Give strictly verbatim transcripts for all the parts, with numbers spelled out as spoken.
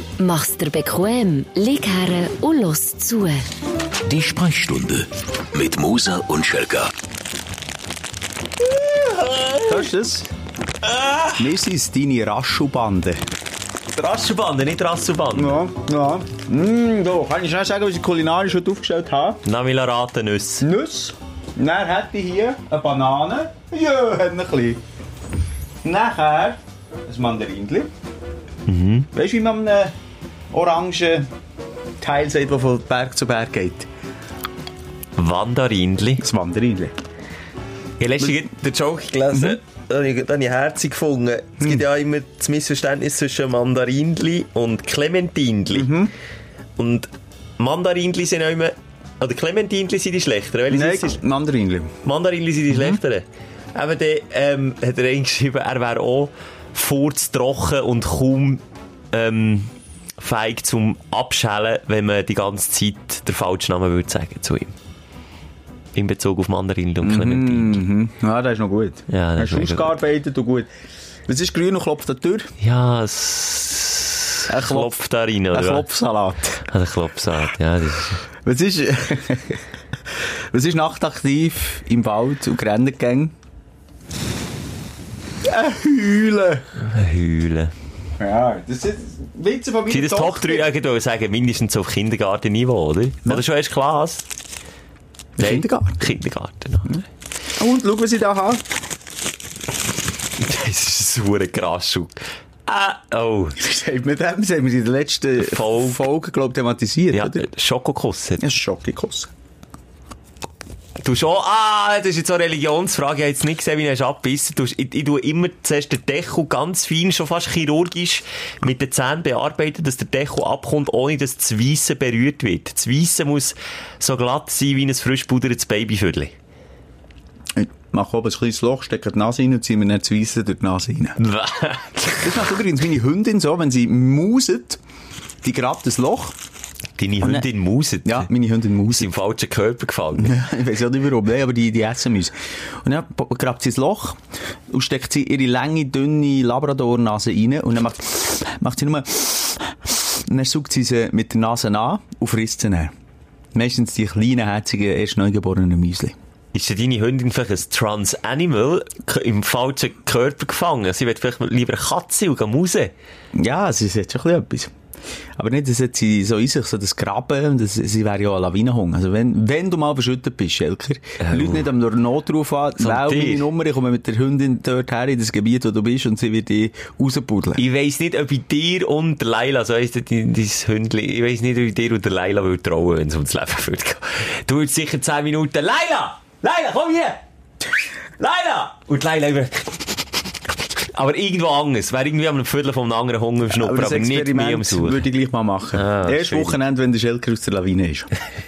Mach's dir bequem, lieg her und los zu. Die Sprechstunde mit Musa und Schelka. Hörst du das? Wir sind deine Raschelbande. Raschelbande, nicht Rasselbande. Ja, ja. Mm, da kann ich schnell sagen, was ich kulinarisch heute aufgestellt habe. Na, will raten, Nüsse. Nüsse. Dann hätte ich hier eine Banane. Ja, hat ein bisschen. Nachher ein Mandarinchen. Mhm. Weißt du, wie man einen orangen Teil sagt, der von Berg zu Berg geht? Wandarinli. Das Mandarinchen. Ich habe letztens den Joke gelesen. Mhm. Da habe ich, da habe ich herzig gefunden. Es gibt ja immer das Missverständnis zwischen Mandarinli und Clementinli. Mhm. Und Mandarinli sind auch immer... Oder Clementinli sind die schlechteren. Nein, Mandarinli. Mandarinli sind die mhm. schlechteren. Aber dann ähm, hat er geschrieben, er wäre auch furztrocken und kaum ähm, feig zum Abschälen, wenn man die ganze Zeit den falschen Namen würde sagen zu ihm. In Bezug auf Mandarinli und Clementinli. Mhm. Ja, das ist noch gut. Ja, das hast du ausgearbeitet und gut. Was ist grün und klopft an die Tür? Ja, es ein klopft da rein, oder? Ein Klopfsalat. Ein Klopfsalat, ja. Das ist... Was ist... Was ist nachtaktiv im Wald und Rennen gegangen? Ein Heulen. Ein Heulen. Ja, das ist Witze von meiner Tochter. Das Top drei, ich würde sagen, mindestens auf Kindergartenniveau, oder? Ja. Oder schon erst Klasse? Nein, Kindergarten. Kindergarten, noch. Mhm. Und schau, was ich da habe. Das ist ein sauer Graschuk. Ah, oh. Mit dem haben wir in der letzten Folge, Folge glaube ich, thematisiert, ja, oder? Schokokuss. Ja, Schokokuss. Du schon, ah, das ist jetzt so eine Religionsfrage, ich habe jetzt nicht gesehen, wie du es abbissen. Ich, ich, ich tue immer zuerst den Deckel ganz fein, schon fast chirurgisch mit den Zähnen bearbeiten, dass der Deckel abkommt, ohne dass das Weisse berührt wird. Das Weisse muss so glatt sein wie ein frisch pudertes Babyvödel. Ich mache oben ein kleines Loch, stecke die Nase rein und ziehe mir dann das Weisse durch die Nase rein. Das macht übrigens meine Hündin so, wenn sie mauset, die grabt das Loch. Deine Hündin mauset? Ja, meine Hündin mauset. Ist im falschen Körper gefallen. Ja, ich weiss auch nicht warum, aber die, die essen müssen. Und dann grabt sie das Loch und steckt sie ihre lange, dünne Labrador-Nase rein und dann macht, macht sie nur und dann saugt sie sie mit der Nase an und frisst sie dann. Meistens die kleinen, herzigen, erst neugeborenen Müsli. Ist denn deine Hündin vielleicht ein Trans-Animal im falschen Körper gefangen? Sie will vielleicht lieber eine Katze und mausen. Ja, sie hat schon ein bisschen etwas. Aber nicht, dass sie so in sich, so das Graben, das, sie wäre ja ein Lawinenhund. Also wenn, wenn du mal verschüttet bist, Schelker, oh. Leute nicht am Notruf an, so wähl meine Nummer, ich komme mit der Hündin dort her in das Gebiet, wo du bist, und sie wird dich rauspuddeln. Ich weiss nicht, ob ich dir und der Laila, so heisst dein Hündchen, ich weiss nicht, ob ich dir und der Laila würde trauen, wenn es ums Leben würde gehen. Du würdest sicher zehn Minuten, Laila! Laila, komm hier! Laila! Und Laila über... Aber irgendwo anders. Wäre irgendwie am Viertel von einem anderen Hunger schnuppern, aber, aber nicht mehr am Suchen. Würde ich gleich mal machen. Ah, Erst Wochenende, wenn der Schelker aus der Lawine ist.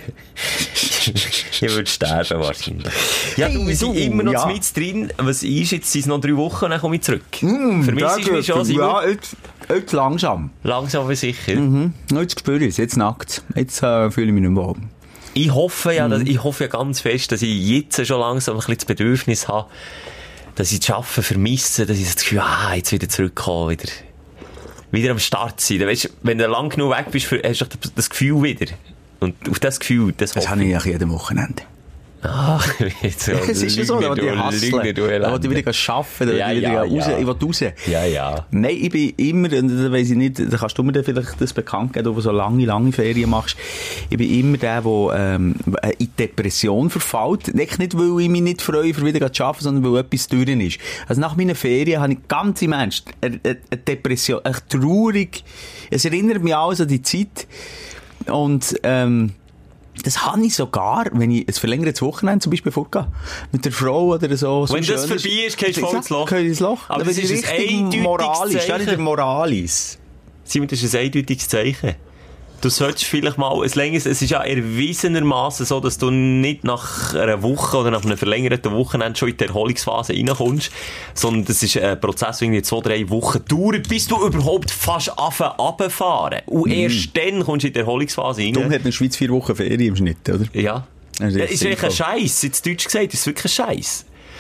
Ich würde sterben wahrscheinlich. Ja, du, wir sind immer noch ja. mit drin. Was ist jetzt? Sind es noch drei Wochen und dann komme ich zurück? Mm, Für mich ist es schon... Ja, jetzt, jetzt langsam. Langsam aber sicher. Mhm. Jetzt spüre ich es. Jetzt nackt. Jetzt äh, fühle ich mich nicht mehr wohl. Ich hoffe ja, dass, ich hoffe ja ganz fest, dass ich jetzt schon langsam ein bisschen das Bedürfnis habe, dass ich das Arbeiten vermisse, dass ich das Gefühl habe, ah, jetzt wieder zurückkommen, wieder, wieder am Start sein. Weißt, wenn du lang genug weg bist, hast du das Gefühl wieder. Und auf das Gefühl, das, das habe ich ja jedem Wochenende. Ach, jetzt es ist ja so, da will ich hasseln, da will ich wieder arbeiten, da will ja, ich wieder ja, raus, ja. ich will raus. Ja, ja. Nein, ich bin immer, und da weiss ich nicht, da kannst du mir dann vielleicht das bekannt geben, du so lange, lange Ferien machst. Ich bin immer der, der ähm, in Depression verfällt. Nicht, nicht, weil ich mich nicht freue, für wieder zu arbeiten, sondern weil etwas drin ist. Also nach meinen Ferien habe ich ganz im Ernst eine, eine Depression, echt traurig. Es erinnert mich alles an die Zeit. Und, ähm, das habe ich sogar, wenn ich ein verlängertes Wochenende zum Beispiel vorgehe, mit der Frau oder so. Wenn das vorbei ist, gehst du voll ins Loch. Ins Loch. Aber das ist ein eindeutiges moralisch. Zeichen. Das ist Moralis. Simon, das ist ein eindeutiges Zeichen. Du solltest vielleicht mal ein längeres, es ist ja erwiesenermaßen so, dass du nicht nach einer Woche oder nach einem verlängerten Wochenende schon in die Erholungsphase reinkommst, sondern das ist ein Prozess, der irgendwie zwei, drei Wochen dauert, bis du überhaupt fast anfängst runterfahren. Und mm. erst dann kommst du in die Erholungsphase rein. Darum hat in der Schweiz vier Wochen Ferien im Schnitt, oder? Ja. Das ist wirklich ein Scheiß. Jetzt Deutsch gesagt, das ist wirklich ein Scheiß.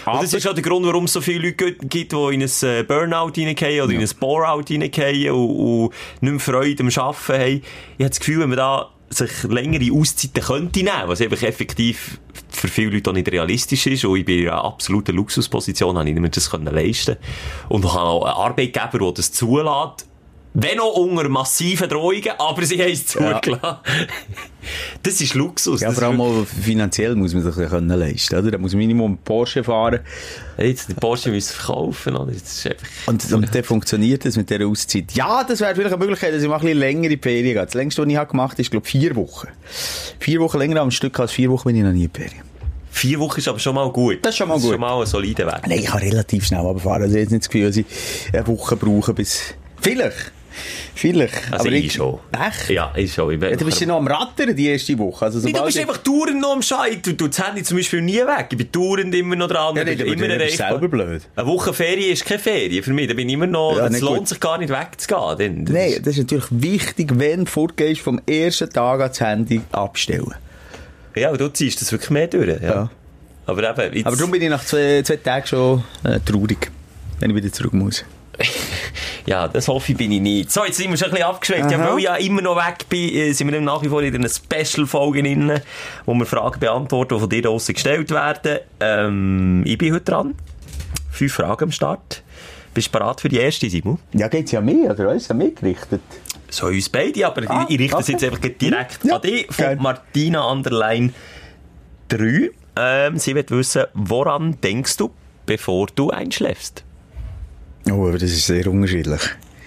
Und das ist auch der Grund, warum es so viele Leute gibt, die in ein Burnout hineingehen oder ja. in ein Bore-out hineingehen und, und nicht mehr Freude am Arbeiten haben. Ich habe das Gefühl, wenn man da sich längere Auszeiten könnte nehmen, was einfach effektiv für viele Leute auch nicht realistisch ist, und ich bin in einer absoluten Luxusposition, habe ich mir das leisten können. Und ich habe auch einen Arbeitgeber, der das zulässt, wenn auch unter massiven Drohungen, aber sie haben es zugelassen. Ja. Das ist Luxus. Ja, das vor allem auch finanziell muss man sich das können leisten, oder? Da muss Minimum Porsche fahren. Jetzt den Porsche müssen verkaufen, oder? Das ist einfach... Und, und dann funktioniert das mit dieser Auszeit. Ja, das wäre vielleicht eine Möglichkeit, dass ich mal ein bisschen länger in die Ferien gehe. Das längste, was ich habe gemacht habe, ist, glaube ich, vier Wochen. Vier Wochen länger am Stück als vier Wochen bin ich noch nie in die Ferien. Vier Wochen ist aber schon mal gut. Das ist schon mal das gut. Das ist schon mal ein solider Weg. Nein, ich kann relativ schnell runterfahren. Also ich habe jetzt nicht das Gefühl, dass ich eine Woche brauche bis... Vielleicht. Vielleicht. Also aber ich, ich schon. Echt? Ja, ich schon. Ich ja, du bist ja noch am Rattern die erste Woche. Also, nee, du bist ich... einfach dauernd noch am Schein. Du, du das Handy zum Beispiel nie weg. Ich bin dauernd immer noch dran. Ja, nee, immer erreichbar. Selber blöd. Eine Woche Ferien ist keine Ferien für mich. Da bin ich immer noch... Es ja, lohnt gut. sich gar nicht wegzugehen. Nein, das ist natürlich wichtig, wenn du fortgehst, vom ersten Tag an das Handy abstellen. Ja, und du ziehst das wirklich mehr durch. Ja. ja. Aber eben... Jetzt... Aber darum bin ich nach zwei, zwei Tagen schon äh, traurig, wenn ich wieder zurück muss. Ja, das hoffe ich bin ich nicht. So, jetzt sind wir schon ein bisschen abgeschwächt. Ja, weil ich ja immer noch weg bin, sind wir nach wie vor in einer Special-Folge drin, wo wir Fragen beantworten, die von dir draussen gestellt werden. Ähm, ich bin heute dran. Fünf Fragen am Start. Bist du bereit für die erste, Simon? Ja, geht's ja mehr, oder uns ja mehr gerichtet? So uns beide, aber ah, ich richte es jetzt einfach direkt ja, an dich. Von geil. Martina Anderlein drei. Ähm, sie will wissen, woran denkst du, bevor du einschläfst? Oh, aber das ist sehr unterschiedlich.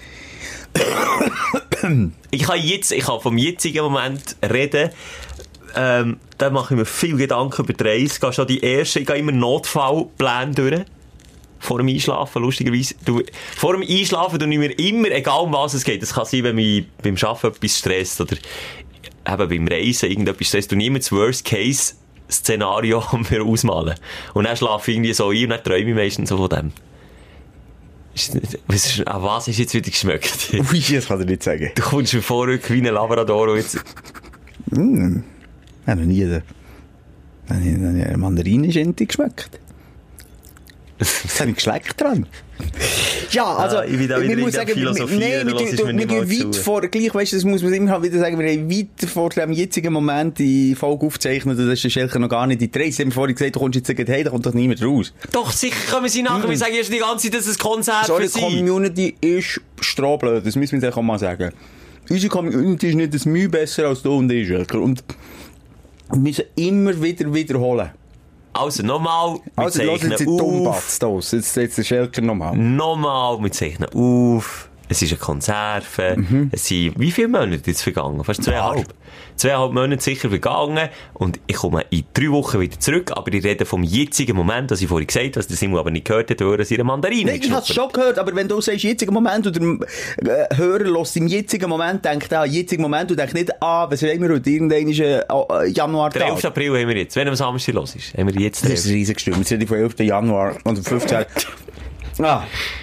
ich kann jetzt, ich kann vom jetzigen Moment reden. Ähm, da mache ich mir viel Gedanken über die Reise. Ich gehe schon die erste, ich gehe immer Notfallpläne durch. Vor dem Einschlafen, lustigerweise. Du, vor dem Einschlafen tue ich mir immer, egal um was es geht. Das kann sein, wenn mich beim Arbeiten etwas stresst oder eben beim Reisen irgendetwas stresst. Du nimmst das Worst-Case-Szenario mir ausmalen. Und dann schlafe ich irgendwie so ein und dann träume ich meistens so von dem. Was, an was ist jetzt wieder geschmeckt? Ui, das kann ich nicht sagen. Du kommst mir vor wie ein Labrador und jetzt... Mm, ich habe noch nie eine Mandarinenschente geschmeckt. Das habe ich geschleckt dran. Ja, also, ah, ich bin da wieder in der Philosophie, nein, wir, wir, wir gehen weit vor, gleich, weißt du, das muss man immer wieder sagen, wir haben weit vor dem jetzigen Moment die Folge aufgezeichnet, das ist der Schelker noch gar nicht in die Reise. Ich habe vorhin gesagt, du kommst jetzt sagen, hey, da kommt doch niemand raus. Doch, sicher können sie nachher, mhm. wir sagen erst die ganze Zeit, dass es ein Konzert Sorry, für sie. Die Community ist strohblöd, das müssen wir auch mal sagen. Unsere Community ist nicht das Mühe besser als du und ich, Schelker. Und wir müssen immer wieder wiederholen. Also, nochmal, wir also, zeichnen jetzt auf. Jetzt, jetzt, jetzt der Schelker nochmal. Nochmal, wir zeichnen auf. Es ist eine Konserve. Mhm. Es sind, wie viele Monate jetzt vergangen? Fast zweieinhalb. Zweieinhalb Monate sicher vergangen. Und ich komme in drei Wochen wieder zurück. Aber ich rede vom jetzigen Moment, das ich vorhin gesagt habe, was der Simon aber nicht gehört hat, hören sie ihre Mandarinen. Nein, ich habe es schon gehört. Aber wenn du sagst, jetzigen Moment, oder äh, Hörer lässt im jetzigen Moment, denkt ah, jetzigen Moment, du denkst nicht, ah, was haben wir heute? Irgendein ist äh, Januar. Der elften April haben wir jetzt. Wenn am Samstag los ist, haben wir jetzt. Das ist riesig Stimme. Jetzt rede ich von elften Januar und fünfzehnten Ah.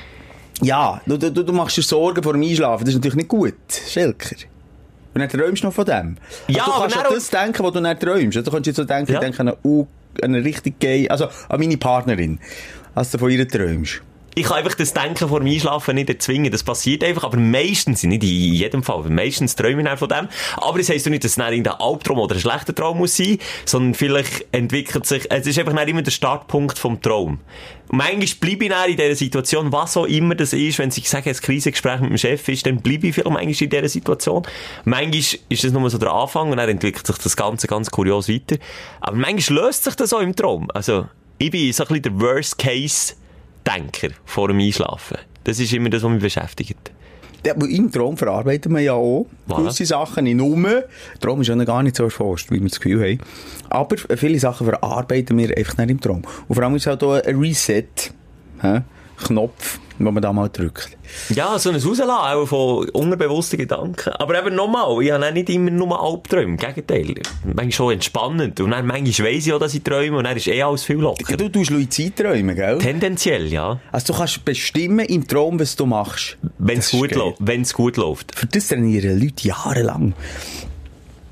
Ja, du, du, du machst dir Sorgen vor dem Einschlafen. Das ist natürlich nicht gut, Schelker. Und dann träumst du noch von dem. Ja, also, du kannst aber an das denken, was du dann träumst. Also, du kannst jetzt so denken, ja. ich denke an eine, uh, eine richtig geile, also an meine Partnerin, als du von ihr träumst. Ich kann einfach das Denken vor dem Einschlafen nicht erzwingen. Das passiert einfach, aber meistens, nicht in jedem Fall, meistens träume ich von dem. Aber das heisst doch nicht, dass es dann irgendein Albtraum oder ein schlechter Traum muss sein, sondern vielleicht entwickelt sich, es ist einfach nicht immer der Startpunkt vom Traum. Und manchmal bleibe ich dann in dieser Situation, was auch immer das ist, wenn ich sage, ein Krisengespräch mit dem Chef ist, dann bleibe ich vielleicht manchmal in dieser Situation. Manchmal ist das nur so der Anfang und dann entwickelt sich das Ganze ganz kurios weiter. Aber manchmal löst sich das auch im Traum. Also, ich bin so ein bisschen der Worst-Case Denker vor dem Einschlafen. Das ist immer das, was mich beschäftigt. Ja, im Traum verarbeiten wir ja auch voilà. gewisse Sachen in Nummern. Der Traum ist ja noch gar nicht so erforscht, wie wir das Gefühl haben. Aber viele Sachen verarbeiten wir einfach nicht im Traum. Und vor allem ist halt auch ein Reset-Knopf, den man da mal drückt. Ja, so ein Rauslassen auch von unterbewussten Gedanken. Aber eben nochmal, ich habe nicht immer nur Albträume. Im Gegenteil. Manchmal schon entspannend. Und dann manchmal weiss ich auch, dass ich träume. Und dann ist eh alles viel locker. Du tust Luizid träumen, gell? Tendenziell, ja. Also du kannst bestimmen im Traum, was du machst. Wenn es gut, lo- gut läuft. Für das trainieren Leute jahrelang.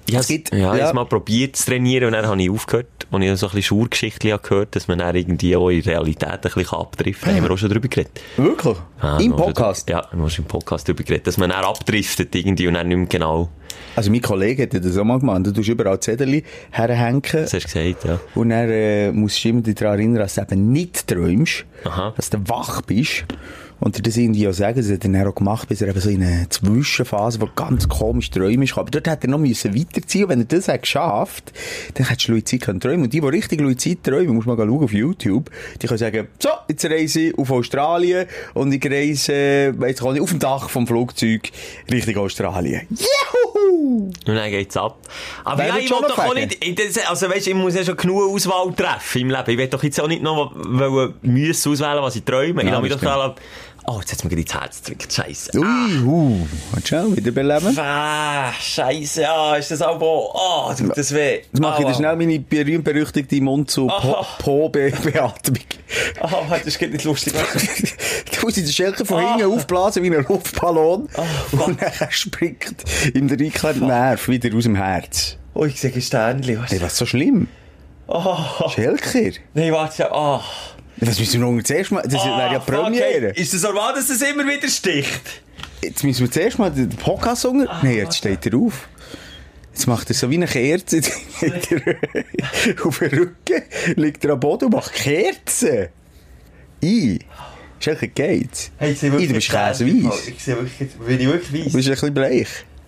Ich habe es ja, ja. mal probiert zu trainieren und dann habe ich aufgehört. Und ich habe so ein bisschen Schurgeschichten gehört, dass man dann irgendwie auch in Realität ein bisschen abdriftet. Da haben wir auch schon drüber geredet. Wirklich? Ja, im Podcast? Ja, wir haben schon im Podcast drüber geredet, dass man dann abdriftet irgendwie und dann nicht mehr genau... Also mein Kollege hat das auch mal gemacht. Du tust überall Zettel herhängen. Das hast du gesagt, ja. Und dann äh, musst du immer dich daran erinnern, dass du eben nicht träumst. Aha. Dass du wach bist. Und dir das irgendwie auch sagen, das hat er dann auch gemacht, bis er eben so in einer Zwischenphase, wo ganz komisch träumen ist. Aber dort hätte er noch müssen weiterziehen. Und wenn er das hat geschafft, dann hättest du Luizid können träumen. Und die, die richtig Luizid träumen, muss man mal schauen auf YouTube, die können sagen, so, jetzt reise ich auf Australien und ich reise, äh, weiss ich auch nicht, auf dem Dach vom Flugzeug Richtung Australien. Juhu! Und dann geht's ab. Aber Wer ja, ich will doch auch nicht, also weisst, ich muss ja schon genug Auswahl treffen im Leben. Ich will doch jetzt auch nicht noch müssen auswählen, was ich träume. Ja, ich lasse mich doch gerade, oh, jetzt hat's mir gerade ins Herz gedrückt. Scheisse. Ui, uh, kannst du auch wiederbeleben? Ah, Scheisse, ja, ist das auch wo? Oh, tut das weh. Jetzt mache ich oh, dir schnell meine berühmt-berüchtigte Mund-zu-Po-Beatmung. Oh, das geht nicht lustig. Du musst den Schelker von hinten oh. aufblasen wie ein Luftballon. Oh, und dann springt ihm der eingeklemmte Nerv wieder aus dem Herz. Oh, ich sehe ein Sternchen. Hey, was ist so schlimm? Oh. Schelker? Nein, warte, oh. Was müssen wir noch zuerst mal? Das oh, wäre ja Premiere. Okay. Ist das normal, dass das immer wieder sticht? Jetzt müssen wir zuerst mal den Podcast unter... Ah, nein, jetzt steht er auf. Jetzt macht er so wie eine Kerze. Auf dem Rücken liegt er am Boden und macht Kerzen. I. Schelker, geht's? Hey, ich sehe wirklich... I, du bist käseweiss. Ich sehe wirklich... Bin ich wirklich weiss? Du bist ein bisschen bleich.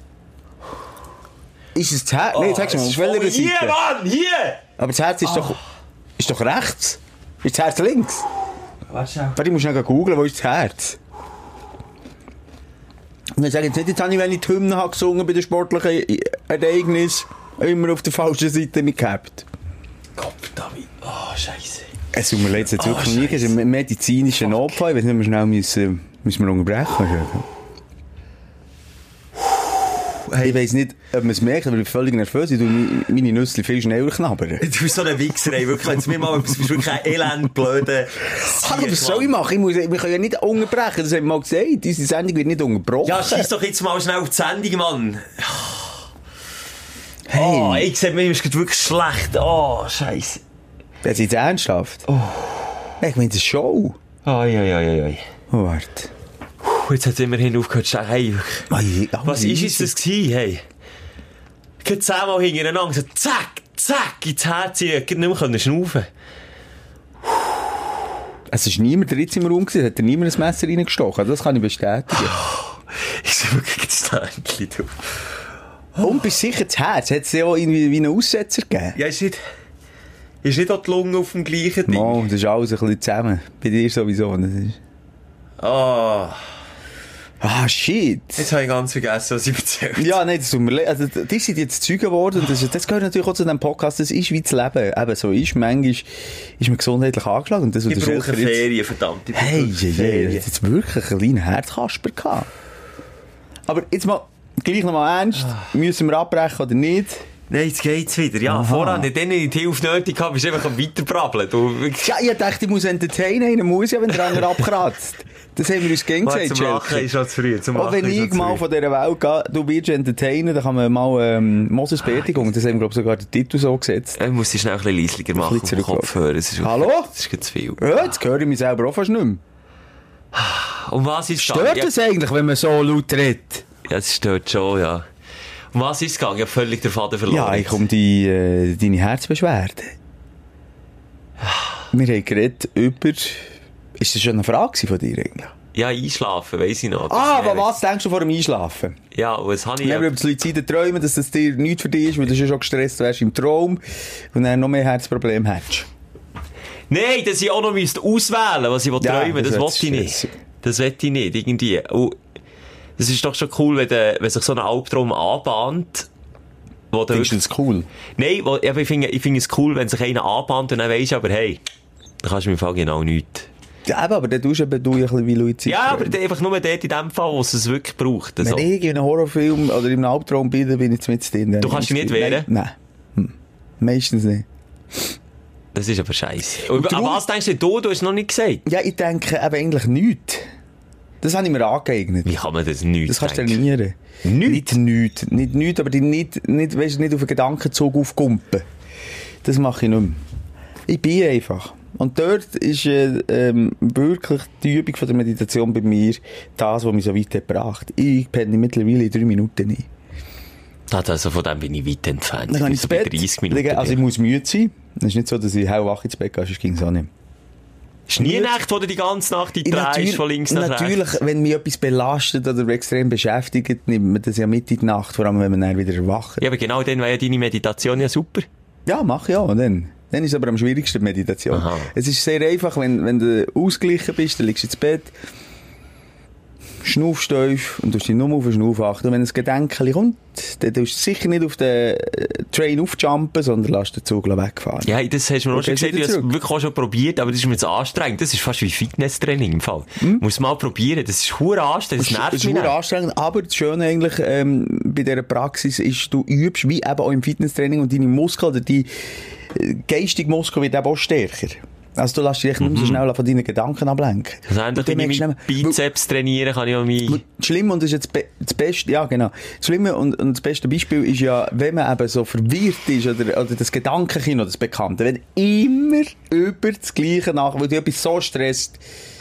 Ist es das Herz? Oh, nein, sag's mal, auf welcher Seite? Hier, Mann! Hier! Aber das Herz ist oh. doch... Ist doch rechts. Ist das Herz links? Warte. Warte, ich muss schnell googeln, wo ist das Herz? Und ich sage jetzt nicht, jetzt habe ich, wenn ich die Hymne habe gesungen bei den sportlichen Ereignissen, immer auf der falschen Seite mitgehabt. Gott, David. Oh, Scheiße. Es tut mir leid, es hat oh, wirklich nie gegeben. Es ist ein medizinischer Notfall. Ich weiß nicht, ob wir schnell müssen, müssen wir unterbrechen. Hey, ich weiss nicht, ob man es merkt, aber ich bin völlig nervös. Ich tue meine Nüsse viel schneller knabbern. Du bist so ein Wichser, ey. Wirklich, wenn du mir mal, du bist wirklich ein elend blöder. Aber was soll ich machen? Ich muss, wir können ja nicht unterbrechen. Das haben wir mal gesagt. Unsere Sendung wird nicht unterbrochen. Ja, scheiß doch jetzt mal schnell auf die Sendung, Mann. Hey. Oh, ich sehe mir, ist wirklich schlecht. Oh, Scheiße. Das ist jetzt ernsthaft. Oh. Ich meine, das ist Show. Oi, oi, oi, oi. Oh, warte. Jetzt hat es immerhin aufgehört. Hey, Ai, oh, was ist jetzt das gewesen? Hey. Ich habe zehnmal hintereinander so zack, zack, ins Herz. Ich konnte nicht mehr schnaufen. Es war niemand der jetzt im Raum gewesen, hat er niemand ein Messer reingestochen. Das kann ich bestätigen. Oh, ich sehe wirklich ein Sternchen, du. Oh. Und bist sicher, das Herz hat es ja auch irgendwie wie einen Aussetzer gegeben? Ja, ist nicht... Ist nicht auch die Lunge auf dem gleichen Ding? Oh, das ist alles ein bisschen zusammen. Bei dir sowieso. Das ist... Oh... Ah, shit. Jetzt habe ich ganz vergessen, was ich erzählt habe. Ja, nein, das tut mir leid. Also, die sind jetzt Zeugen geworden. Und das, das gehört natürlich auch zu diesem Podcast. Das ist wie das Leben. Eben so ist. Manchmal ist man gesundheitlich angeschlagen. Und das, ich brauche Ferien, verdammt. Ich hey, hey, hey, jetzt jetzt wirklich einen kleinen Herzkasper gehabt. Aber jetzt mal, gleich nochmal ernst. Ah. Müssen wir abbrechen oder nicht? Nein, jetzt geht's wieder. Ja, voran, wenn ich nicht die Hilfe nötig habe, bist du einfach am Weiterbrabbeln. Du... Ja, ich dachte, ich muss entertainen. Ich muss ja, wenn der andere abkratzt. Das haben wir uns gern gesagt, Zum Lachen ist schon zu früh. Zum Auch wenn ich mal von dieser Welt gehe, du wirst entertainen, dann kann man mal ähm, Moses Beerdigung, das haben, glaube ich, sogar den Titel so gesetzt. Ich muss dich schnell ein bisschen leislicher machen, auf den Kopf hören. Das ist Hallo? Das ist zu viel. Ja, jetzt höre ich mich selber auch fast nicht mehr. Um was ist es gegangen? Stört das eigentlich, wenn man so laut redet? Ja, es stört schon, ja. Um was ist es gegangen? Ich habe völlig den Faden verloren. Ja, ich um die, äh, deine Herzbeschwerden. Wir haben geredet über... Ist das schon eine Frage von dir eigentlich? Ja, einschlafen, weiss ich noch. Ah, aber was denkst du vor dem Einschlafen? Ja, was habe ich... Wenn wir über das Luzide träumen, dass das dir nichts für dich ist, weil du schon gestresst wärst im Traum und dann noch mehr Herzprobleme hättest. Nein, dass ich auch noch auswählen was ich ja, träumen das, das wollte ich nicht. Das wollte ich nicht, irgendwie. Und das ist doch schon cool, wenn, de, wenn sich so ein Albtraum anbahnt. Findest du das cool? Nein, wo, ich finde ich find es cool, wenn sich einer anbahnt und dann weisst du aber, hey, dann kannst du mir im Fall genau nichts. Ja, aber dann tust du eben du ein bisschen wie Luizid. Ja, aber einfach nur dort in dem Fall, wo es es wirklich braucht. Also. Wenn ich in einem Horrorfilm oder in einem Albtraum bin, dann bin ich mit drin. Du kannst dich nicht wehren? Nein. Hm. Meistens nicht. Das ist aber scheiße. Aber was denkst du, du, du hast es noch nicht gesagt? Ja, ich denke eben eigentlich nichts. Das habe ich mir angeeignet. Wie kann man das nicht Das kannst du denken? trainieren. Nicht nichts. Nicht nichts, aber die nicht, nicht, weißt, nicht auf einen Gedankenzug aufkumpen. Das mache ich nicht mehr. Ich bin einfach. Und dort ist äh, ähm, wirklich die Übung von der Meditation bei mir das, was mich so weit hat gebracht. Ich penne mittlerweile in drei Minuten ein. Also von dem bin ich weit entfernt. Dann gehe ich so ins Bett. dreißig Minuten. Also ich muss müde sein. Es ist nicht so, dass ich hellwach ins Bett gehe, sonst ging es auch nicht. Ist nie eine Nacht, wo du die ganze Nacht die drehst von links nach rechts? Natürlich, wenn mich etwas belastet oder extrem beschäftigt, nimmt man das ja mit in die Nacht, vor allem wenn man dann wieder erwacht. Ja, aber genau dann wäre ja deine Meditation ja super. Ja, mach ja, dann. Dann ist es aber am schwierigsten, Meditation. Aha. Es ist sehr einfach, wenn, wenn du ausgeglichen bist, dann liegst du ins Bett, schnaufst tief und tust dich nur auf den Schnauf achten. Und wenn ein Gedanken kommt, dann tust du sicher nicht auf den Train aufjumpen, sondern lässt den Zug wegfahren. Ja, das hast du mir auch schon gehst gesagt, wieder ich habe es zurück. wirklich auch schon probiert, aber das ist mir zu anstrengend. Das ist fast wie Fitnesstraining im Fall. Hm? Musst du mal probieren, das ist verdammt anstrengend, das Es nervt ist mich sehr nicht. anstrengend, aber das Schöne eigentlich ähm, bei dieser Praxis ist, du übst wie eben auch im Fitnesstraining und deine Muskeln oder die äh, geistige Muskel wird eben auch stärker. Also du lässt dich nicht mehr so schnell von deinen Gedanken ablenken. Also endlich, wenn ich meinen Bizeps trainiere, kann ich auch mich... Das Schlimme und das ist jetzt be- das Beste, ja genau, das Schlimme und, und das beste Beispiel ist ja, wenn man eben so verwirrt ist oder, oder das Gedankenkino, das Bekannte, wenn immer über das Gleiche nach, weil dich etwas so stresst.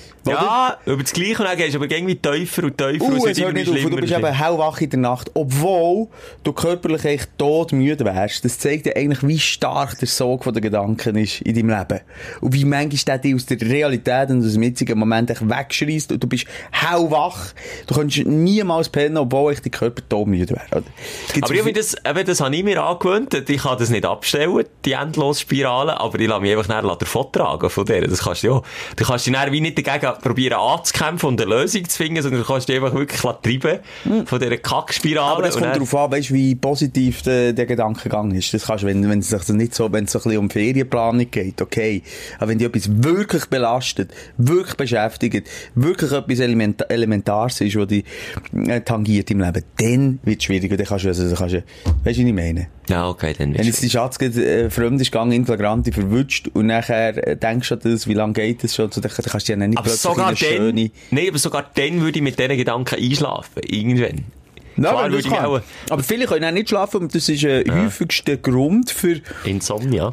Ja, über das Gleiche und dann gehst du aber irgendwie tiefer und tiefer. Uh, und es hört nicht auf, und du bist eben hellwach in der Nacht, obwohl du körperlich echt todmüde wärst. Das zeigt dir eigentlich, wie stark der Sog von den Gedanken ist in deinem Leben. Und wie manchmal der dich aus der Realität und aus dem jetzigen Moment echt wegschreist und du bist hellwach. Du könntest niemals pennen, obwohl echt dein Körper todmüde wäre. Aber ich, das, eben, das habe ich mir angewöhnt. Ich kann das nicht abstellen, die endlose Spirale, aber ich lasse mich einfach nachher davon tragen von der. Das kannst du ja. Du kannst dich nachher wie nicht dagegen probieren anzukämpfen und eine Lösung zu finden, sondern du kannst dich einfach wirklich treiben mm. von dieser Kackspirale. Aber es kommt darauf an, weißt, wie positiv der, der Gedankengang ist. Das kannst du, wenn, wenn es sich nicht so, wenn es so ein bisschen um Ferienplanung geht, okay. Aber wenn dich etwas wirklich belastet, wirklich beschäftigt, wirklich etwas Element- Elementares ist, was dich äh, tangiert im Leben, dann wird es schwierig. Dann kannst du, also, kannst du, weißt du, was ich meine? Ja, okay, dann Wenn jetzt die Schatz äh, fremd ist gegangen, in Flagranti verwutscht und nachher äh, denkst du an das, wie lange geht das schon, so, dann, dann kannst du ja nicht aber plötzlich sogar in eine dann, schöne... Nein, aber sogar dann würde ich mit diesen Gedanken einschlafen. Irgendwann. Ja, Klar, aber, das würde ich kann. auch, aber viele können auch nicht schlafen und das ist der ja. häufigste Grund für, Insomnia.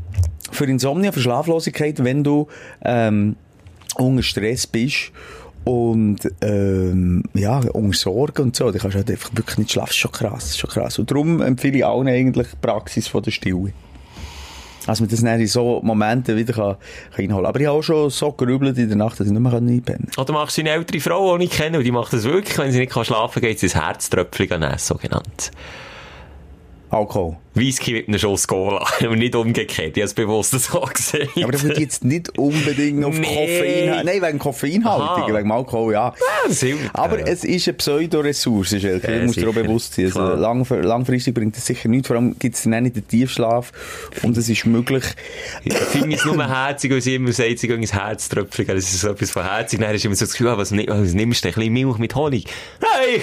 für Insomnia, für Schlaflosigkeit, wenn du ähm, unter Stress bist und ähm, ja, unter Sorgen und so. Da kannst du halt einfach wirklich nicht schlafen. Das ist schon krass, das ist schon krass. Und darum empfehle ich allen eigentlich die Praxis von der Stille. Dass man das dann in so Momenten wieder kann, kann einholen kann. Aber ich habe auch schon so gerübelt in der Nacht, dass ich nicht mehr einpennen kann. Oder machst du eine ältere Frau, die ich kenne, und die macht das wirklich, wenn sie nicht schlafen kann, geht sie ins Herztröpfchen an, so genannt. Alkohol. Whisky mit einem Schuss Cola. Und nicht umgekehrt. Ich habe es bewusst so gesehen. Aber das würde jetzt nicht unbedingt auf Nee. Koffein... Nein, wegen Koffeinhaltung, Aha. wegen dem Alkohol, ja. Ja, das hilft. Aber Ja. es ist eine Pseudoressource, Schelke. Ja, Du musst dir auch sicher. bewusst sein. Also Klar. lang, langfristig bringt es sicher nichts. Vor allem gibt es dann auch nicht den Tiefschlaf. Und es ist möglich... Ich finde es nur herzig, weil sie immer sagt, sie gehen ins Herztröpfchen. Das ist so etwas von herzig. Dann hast du immer so das Gefühl, was, ni- was nimmst du? Ein bisschen Milch mit Honig? Hey!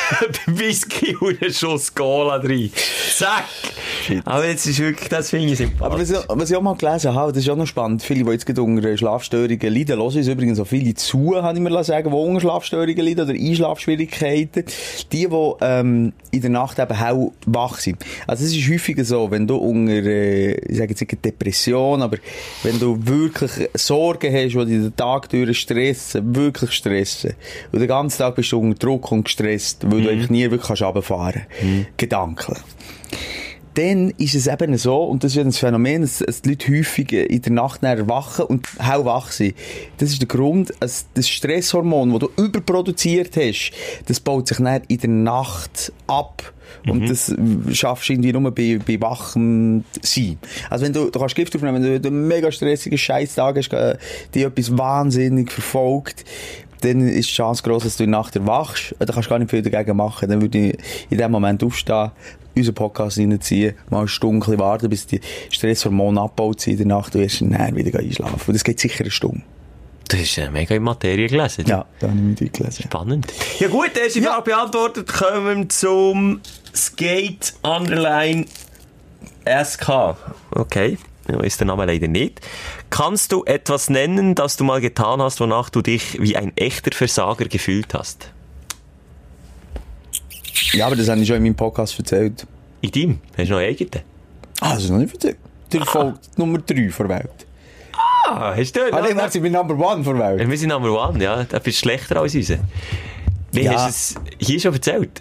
Whisky und einen Schuss Cola drin. Zack! Aber jetzt ist wirklich, das finde ich Aber was sympathisch. ich, was ich auch mal gelesen habe, das ist auch noch spannend. Viele, die jetzt gerade unter Schlafstörungen leiden, hören uns übrigens auch viele zu, kann ich mir sagen, die unter Schlafstörungen leiden oder Einschlafschwierigkeiten. Die, die ähm, in der Nacht eben hell wach sind. Also es ist häufiger so, wenn du unter, äh, ich sage jetzt nicht Depression, aber wenn du wirklich Sorgen hast, die dich den Tag durch stressen, wirklich stressen, und den ganzen Tag bist du unter Druck und gestresst, weil Mhm. du eigentlich nie wirklich runterfahren kannst, mhm. gedanklich. Dann ist es eben so, und das ist ja das Phänomen, dass, dass die Leute häufig in der Nacht erwachen und hellwach sind. Das ist der Grund, dass das Stresshormon, das du überproduziert hast, das baut sich dann in der Nacht ab. Und mhm. das schaffst du irgendwie nur bei, bei wachem Sein. Also wenn du, du kannst Gift aufnehmen, wenn du einen mega stressigen Scheisstag hast, äh, die etwas wahnsinnig verfolgt, dann ist die Chance gross, dass du in der Nacht erwachst. Da kannst du gar nicht viel dagegen machen. Dann würde ich in dem Moment aufstehen, unseren Podcast reinziehen, mal eine Stunde ein warten, bis die Stresshormone abgebaut sind in der Nacht und erst dann wieder einschlafen. Und das geht sicher eine Stunde. Das ist äh, mega in Materie gelesen. Ja, da habe ich mich durchgelesen. Spannend. Ja gut, erste Ja. Frage beantwortet. Kommen wir zum Skate Underline S K. Okay. Ja, ist der Name leider nicht. Kannst du etwas nennen, das du mal getan hast, wonach du dich wie ein echter Versager gefühlt hast? Ja, aber das habe ich schon in meinem Podcast erzählt. In deinem? Hast du noch einen eigenen? Ah, das ist noch nicht erzählt. Der ah. Folge Nummer drei vor der Welt. Ah, hast du? Ah, nein, wir sind Number One vor der Welt. Wir sind Number One, ja. Das bist schlechter als uns. Nee, ja. Hast du es hier schon erzählt?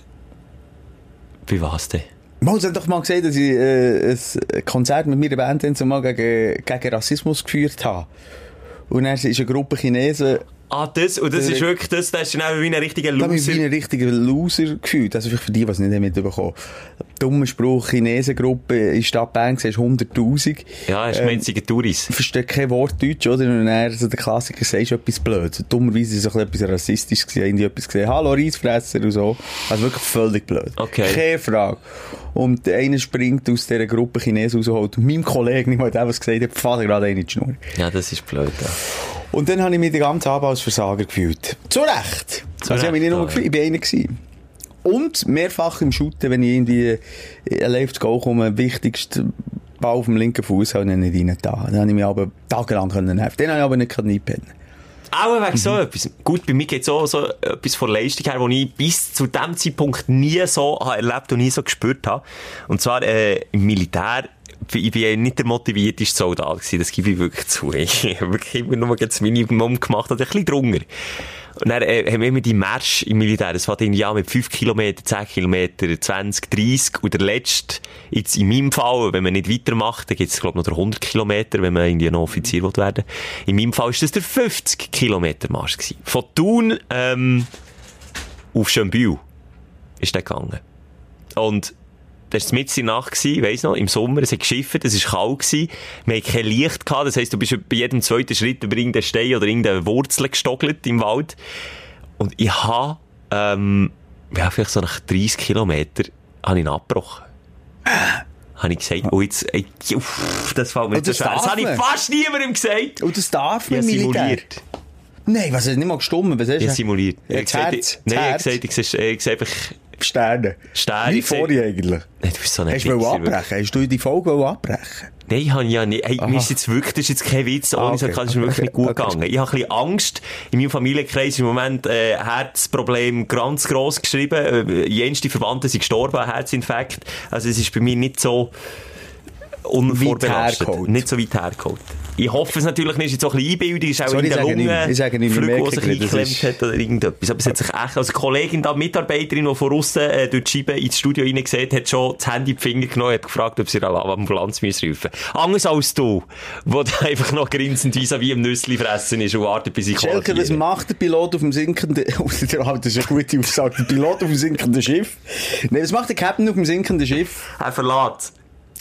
Bei was denn? Mal, sie haben doch mal gesagt, dass ich äh, ein Konzert mit meiner Band dann zumal gegen, gegen Rassismus geführt habe. Und dann ist eine Gruppe Chinesen... Ah, das, und das ist wirklich, das, das ist genau wie ein richtiger Loser. Da habe ich wie ein richtiger Loser gefühlt. Also für die, die es nicht mitbekommen haben. Dummer Spruch, Chinesen-Gruppe in Stadt Bern, siehst hunderttausend. Ja, hast du ähm, einzige Touris. Versteht kein Wort Deutsch, oder? Und dann, so der Klassiker, sagst du etwas blöd. Dummerweise ist es etwas rassistisch gewesen. Irgendwie etwas gesehen, hallo Reisfresser und so. Also wirklich völlig blöd. Okay. Keine Frage. Und einer springt aus dieser Gruppe Chinesen raus und holt meinem Kollegen, nicht mal etwas gesagt, hat, fährt gerade einen in die Schnur. Ja, das ist blöd, ja. Und dann habe ich mich den ganzen Abend als Versager gefühlt. Zu Recht. Zu also Recht, ich habe mich nicht nur gefühlt, ich war einer gewesen. Und mehrfach im Shooten, wenn ich irgendwie allein zu Goal komme, wichtigst Ball auf dem linken Fuß habe ich nicht rein da. Dann habe ich mich aber tagelang können helfen. Den habe ich aber nicht einpennen. Auch wegen mhm. so etwas. Gut, bei mir geht es auch so etwas von Leistung her, die ich bis zu diesem Zeitpunkt nie so habe erlebt und nie so gespürt habe. Und zwar äh, im Militär. Ich war nicht der motivierteste Soldat gewesen, das gebe ich wirklich zu. Ich habe wirklich immer nur das Minimum gemacht, also ein bisschen drunter. Und dann äh, haben wir immer die Marsch im Militär, das war irgendwie ja mit fünf Kilometer, zehn Kilometer, zwanzig, dreissig und der letzte, jetzt in meinem Fall, wenn man nicht weitermacht, dann gibt es glaube ich noch der hundert Kilometer, wenn man irgendwie noch Offizier will werden. In meinem Fall war das der fünfzig Kilometer Marsch gewesen. Von Thun ähm, auf Schönbühl ist der gegangen. Und das war mitten in der Nacht, ich weiss noch, im Sommer, es hat geschifft, es war kalt gewesen, wir hatten kein Licht gehabt, das heisst, du bist bei jedem zweiten Schritt über irgendeinen Stein oder irgendeine Wurzel gestogelt im Wald. Und ich habe, ähm, ja, vielleicht so nach dreissig Kilometern, habe ich ihn abgebrochen. Habe ich gesagt, oh, jetzt, ey, uff, das fällt mir nicht so schwer. Das habe ich fast niemandem gesagt. Und das darf man ja, simuliert. Nein, was, hast du nicht mal gestummen? Was hast du? Ja, simuliert. Ja, ich habe gesagt, nein, ich habe gesagt, ich sehe, ich sehe einfach, Sterne. Sterne. Wie vorher eigentlich. Nee, du bist so Hast du abbrechen? Hast du die Folge abbrechen? Nein, ich habe ja nicht. Hey, mir ist jetzt wirklich, das ist jetzt kein Witz, ohne ah, okay. so kann es mir wirklich nicht gut okay. gegangen. Ich habe ein bisschen Angst. In meinem Familienkreis ist im Moment äh, Herzproblem ganz gross geschrieben. Äh, jenste Verwandte sind gestorben an Herzinfarkt. Also es ist bei mir nicht so unvorbelastet. Nicht so weit hergeholt. Ich hoffe es natürlich nicht, ist jetzt so ein bisschen Einbildung, ist auch Sorry, in der Lunge, ich sage nicht, Flügel, die sich eingeklemmt hat oder irgendetwas. Aber es hat sich echt, also eine Kollegin da, Mitarbeiterin, die von aussen äh, durch die Scheibe ins Studio reingesehen hat, schon das Handy in die Finger genommen, hat gefragt, ob sie eine Ambulanz rufen müssen. Anders als du, wo da einfach noch grinsend wie im Nüssli fressen ist und wartet, bis ich komme. Schelke, was macht der Pilot auf dem sinkenden, das ist eine gute Aussage, der Pilot auf dem sinkenden Schiff? Nein, was macht der Captain auf dem sinkenden Schiff? Er verlässt.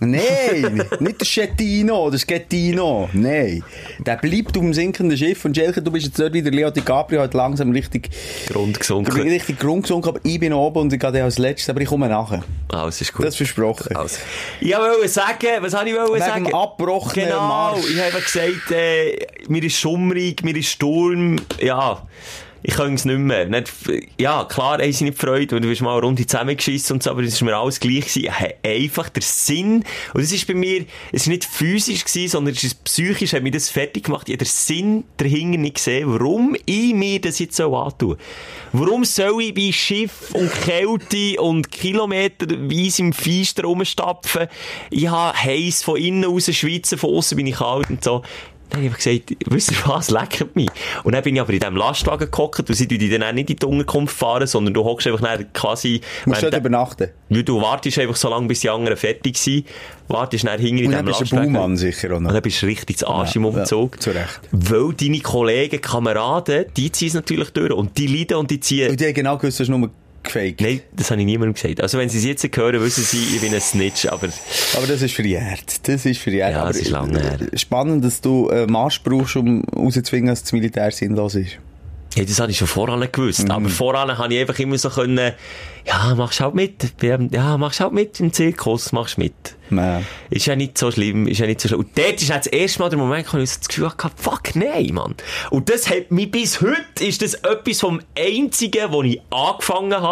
Nein, nicht der Schettino, der Schettino. Nein. Der bleibt auf dem sinkenden Schiff. Und Schelke, du bist jetzt dort wieder, Leo DiCaprio hat langsam richtig Grund gesunken. Richtig Grund gesunken, aber ich bin oben und ich gehe als Letztes, aber ich komme nachher. Alles ist gut. Das versprochen. Also. Ich wollte sagen, was habe ich wollte sagen? Wegen abgebrochenen Genau, Marsch. ich habe gesagt, äh, mir ist schummrig, mir ist Sturm, ja. Ich kann es nicht mehr. Nicht, ja, klar, haben sie nicht gefreut, weil du bist mal eine Runde zusammengeschissen und so, aber das ist mir alles gleich gewesen. Einfach der Sinn, und das ist bei mir, es war nicht physisch gewesen, sondern es ist psychisch, hat mich das fertig gemacht. Ich habe den Sinn dahinter nicht gesehen, warum ich mir das jetzt so antue. Warum soll ich bei Schiff und Kälte und kilometerweise im Feister rumstapfen? Ich habe heiß von innen raus schwitzen, von außen bin ich kalt und so. Dann habe ich gesagt, wisst ihr was, leckert mich. Und dann bin ich aber in diesem Lastwagen gehockt und sie tun dich dann auch nicht in die Unterkunft fahren, sondern du hockst einfach dann quasi... Du musst dort übernachten. Weil du wartest einfach so lange, bis die anderen fertig sind, wartest dann hinten in diesem Lastwagen. Und dann bist du ein Baumann sicher auch noch. Und dann bist du richtig zu Arsch ja, im Umzug. Ja, zu Recht. Weil deine Kollegen, Kameraden, die ziehen es natürlich durch und die leiden und die ziehen... Und die haben genau gewusst, das ist nur... Gefaked. Nein, das habe ich niemandem gesagt. Also wenn sie es jetzt hören, wissen sie, ich bin ein Snitch, aber... Aber das ist verjährt. Das ist verjährt. Ja, aber das ist lange her. Spannend, dass du einen Marsch brauchst, um rauszufinden, dass das Militär sinnlos ist. Ja, das habe ich schon voran gewusst. Mhm. Aber voran habe ich einfach immer so können, ja, machst halt mit. Ja, machst halt mit im Zirkus, machst mit. Nein. Ist ja nicht so schlimm, ist ja nicht so schlimm. Und dort ist jetzt das erste Mal der Moment, wo ich das Gefühl hatte, fuck, nein, Mann. Und das hat mich bis heute, ist das etwas vom Einzigen, wo ich angefangen habe,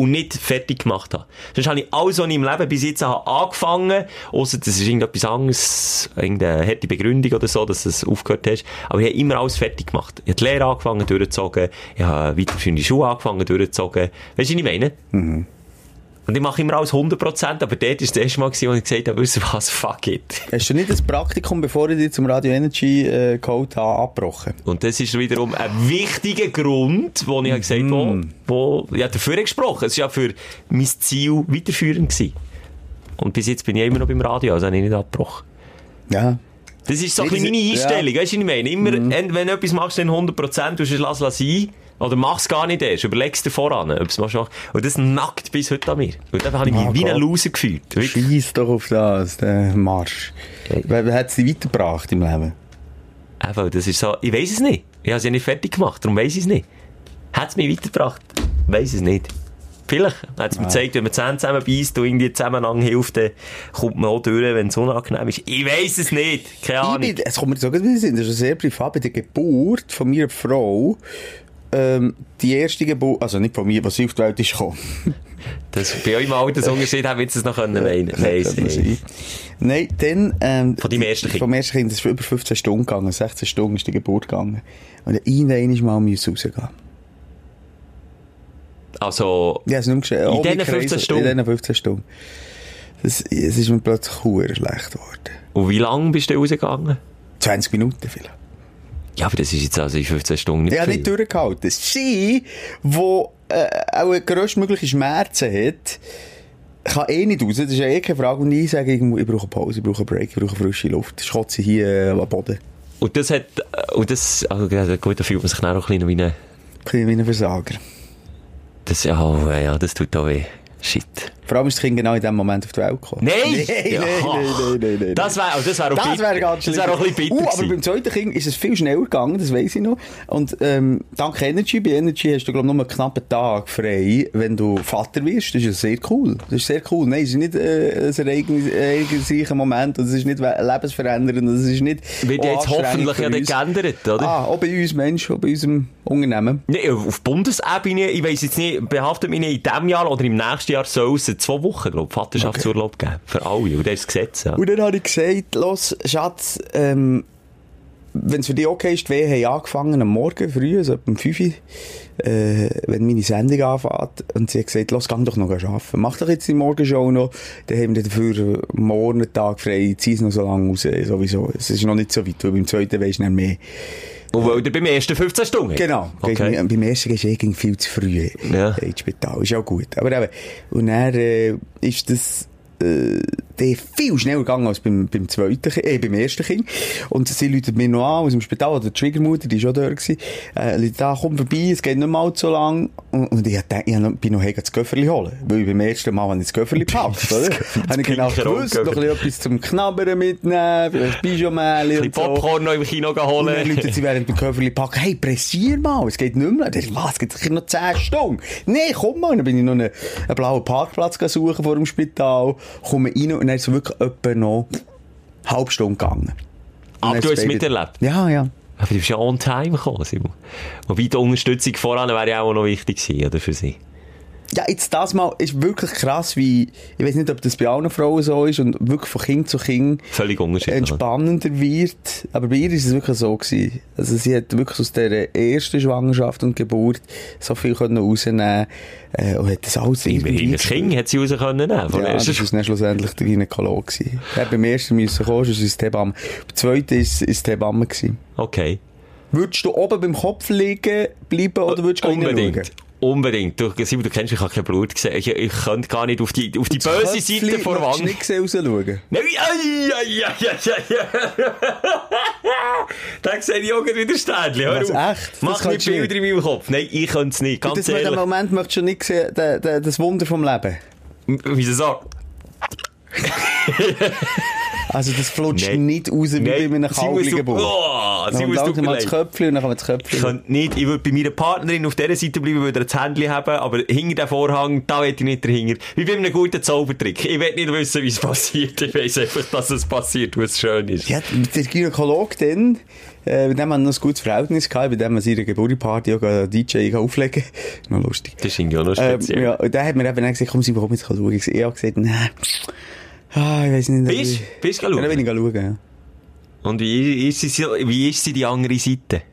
und nicht fertig gemacht habe. Sonst habe ich alles, was ich im Leben bis jetzt habe angefangen, ausser das ist irgendetwas anderes, irgendeine harte Begründung oder so, dass du es aufgehört hast. Aber ich habe immer alles fertig gemacht. Ich habe die Lehre angefangen, durchgezogen. Ich habe weiterführende Schule angefangen, durchgezogen. Weißt du, was ich meine? Mhm. Und ich mache immer alles hundert Prozent, aber dort war das erste Mal, wo ich gesagt habe, weißt du was, fuck it. Hast du nicht das Praktikum, bevor ich dich zum Radio Energy äh, geholt habe, abgebrochen? Und das ist wiederum ein wichtiger Grund, wo ich mm. gesagt habe, wo, wo, ja, dafür gesprochen. Es war ja für mein Ziel weiterführend gewesen. Und bis jetzt bin ich immer noch beim Radio, also habe ich nicht abgebrochen. Ja. Das ist so ein bisschen meine Einstellung, ja. Weißt du, was ich meine? Immer, mm. wenn du etwas machst, dann hundert Prozent, du lass es sein. Oder mach's gar nicht erst, überleg's dir voran, ob es machst. Und das nackt bis heute an mir. Und dann habe ich mich oh, wie ein Loser gefühlt. Scheiss doch auf das, den Marsch. Okay. Wer hat es dich weitergebracht im Leben? Einfach, das ist so, ich weiss es nicht. Ich habe es ja nicht fertig gemacht, darum weiss ich es nicht. Hat es mich weitergebracht? Weiss es nicht. Vielleicht hat es mir ah. gezeigt, wenn man Zähne zusammen beisst und irgendwie zusammenhang hilft, dann kommt man auch durch, wenn es unangenehm ist. Ich weiss es nicht. Keine Ahnung. Ich bin, es kommt mir so gut in den Sinn, das ist sehr privat. Bei der Geburt von meiner Frau, Ähm, die erste Geburt, also nicht von mir, was sie auf die Welt ist gekommen. Das bei euch im Altersunterschied haben wir jetzt das noch können meinen. Nein, Nein, dann, ähm, von deinem ersten Kind? Vom ersten Kind, das ist über fünfzehn Stunden gegangen, sechzehn Stunden ist die Geburt gegangen. Und irgendwann mal müssen rausgehen. Also, ja, es ist nicht in diesen fünfzehn Stunden? In diesen fünfzehn Stunden. Das, es ist mir plötzlich verdammt schlecht geworden. Und wie lange bist du rausgegangen? zwanzig Minuten vielleicht. Ja, aber das ist jetzt also in fünfzehn Stunden nicht viel. Ja, nicht durchgehalten. Sie, die äh, auch grösstmögliche Schmerzen hat, kann eh nicht raus. Das ist ja eh keine Frage. Und ich sage, ich brauche eine Pause, ich brauche einen Break, ich brauche frische Luft. Ich kotze hier äh, am Boden. Und das hat, und das, also gut, da fühlt man sich dann auch ein bisschen wie ein... Ein wie ein Versager. Das, oh, ja, das tut auch weh. Shit. Vor allem ist das Kind genau in dem Moment auf die Welt gekommen. Nein! Nein, ja. nein, nein, nein, nein, nein. Das wäre das wär auch, das wär ganz das wär auch ein bisschen bitter uh, aber beim zweiten Kind ist es viel schneller gegangen, das weiss ich noch. Und ähm, dank Energy, bei Energy hast du glaube ich nur einen knappen Tag frei, wenn du Vater wirst. Das ist ja sehr cool. Das ist sehr cool. Nein, es ist nicht äh, ein ereignisreicher Moment, und es ist nicht lebensverändernd, es ist nicht... Wird jetzt hoffentlich ja nicht geändert, oder? Ah, auch bei uns Menschen, auch bei unserem Unternehmen. Nee, auf Bundesebene, ich weiss jetzt nicht, behaftet mich nicht, in diesem Jahr oder im nächsten Jahr soll es zwei Wochen, glaube ich, Vaterschaftsurlaub okay. geben. Für alle. Und das ist das Gesetz, ja. Und dann habe ich gesagt, los, Schatz, ähm, wenn es für dich okay ist, wir haben angefangen am Morgen früh, also um fünf Uhr, äh, wenn meine Sendung anfängt. Und sie hat gesagt, los, geh doch noch arbeiten. Mach doch jetzt die Morgenshow noch. Dann haben wir dafür morgen einen Tag frei, zieh es noch so lange raus, sowieso. Es ist noch nicht so weit, weil beim zweiten weisst du nicht mehr. Und weil du beim ersten fünfzehn Stunden? Genau. Okay. Beim, beim ersten gehst du irgendwie viel zu früh ja. ins Spital. Ist auch gut. Aber eben, und dann äh, ist das äh, der viel schneller gegangen als beim, beim zweiten, äh, beim ersten Kind. Und sie läutet mir noch an aus dem Spital, oder die Schwiegermutter, die war schon dort gewesen, äh, läutet da, komm vorbei, es geht nicht mal allzu lang. Und, und ich, dachte, ich bin noch das Göfferli holen. Weil beim ersten Mal habe ich das Göfferli gepackt, oder? Habe ich genau gewusst, noch etwas zum Knabbern mitnehmen, vielleicht Pyjama. Ein bisschen Popcorn noch im Kino holen. Und dann läutet sie während dem Göfferli packen, hey, pressier mal, es geht nicht mehr. Was, es geht sicher noch zehn Stunden. Nee, komm mal. Dann bin ich noch einen, einen blauen Parkplatz suchen vor dem Spital, komme rein und dann ist es wirklich etwa noch eine halbe Stunde gegangen. Aber du hast es miterlebt? Ja, ja. Aber du bist ja on time gekommen, Simon. Wobei die Unterstützung voran wäre ja auch noch wichtig gewesen, oder, für sie. Ja, jetzt das mal ist wirklich krass, wie, ich weiß nicht, ob das bei allen Frauen so ist und wirklich von Kind zu Kind völlig unterschiedlich entspannender wird. Aber bei ihr ist es wirklich so gewesen. Also sie hat wirklich aus der ersten Schwangerschaft und Geburt so viel können rausnehmen äh, und hat das alles irgendwie... Das Kind hat sie raus können nehmen. Ja, das war dann schlussendlich der Gynäkologe gewesen. Er hat beim ersten müssen kommen, sonst ist es die Hebamme. Beim zweiten ist es die Hebamme gewesen. Okay. Würdest du oben beim Kopf liegen bleiben oder würdest du unbedingt reinschauen? Unbedingt. Du, Simon, du kennst mich, ich habe kein Blut gesehen. Ich, ich könnte gar nicht auf die, auf die böse Seite vor Wand. Kannst du nicht gesehen rausschauen? Nein, ja, ja, ja, ja, ja. Da sehe ich auch wieder Sternchen. Was, echt? Mach nicht Bilder in meinem Kopf. Nein, ich könnte es nicht, ganz das ehrlich. In dem Moment möchtest du nicht sehen, de, de, das Wunder vom Leben. Wieso so? Also das flutscht Nein. nicht raus wie Nein. bei einem Sie muss kauligen du- Buch. Oh, sie Dann muss langsam du mal das Köpfchen und dann kommt das Ich Köpfchen. könnte nicht, ich würde bei meiner Partnerin auf dieser Seite bleiben, würde das Händchen haben, aber hinter dem Vorhang, da will ich nicht dahinter. Wie bei einem guten Zaubertrick. Ich will nicht wissen, wie es passiert. Ich weiss einfach, dass es passiert, wo es schön ist. Ja, der Gynäkologe dann, äh, mit dem man noch ein gutes Verhältnis hatte, bei dem man seine Geburtstagsparty auch einen D J auflegen kann. Noch lustig. Das ist irgendwie auch noch speziell. Ähm, ja, und dann hat mir eben dann gesagt, komm, sie warum jetzt schauen. Ich habe gesagt, nein, ah, ich weiss nicht. Bist du? Bist du Ja, dann bin schauen? ich schauen, ja. Und wie ist, sie, wie ist sie die andere Seite?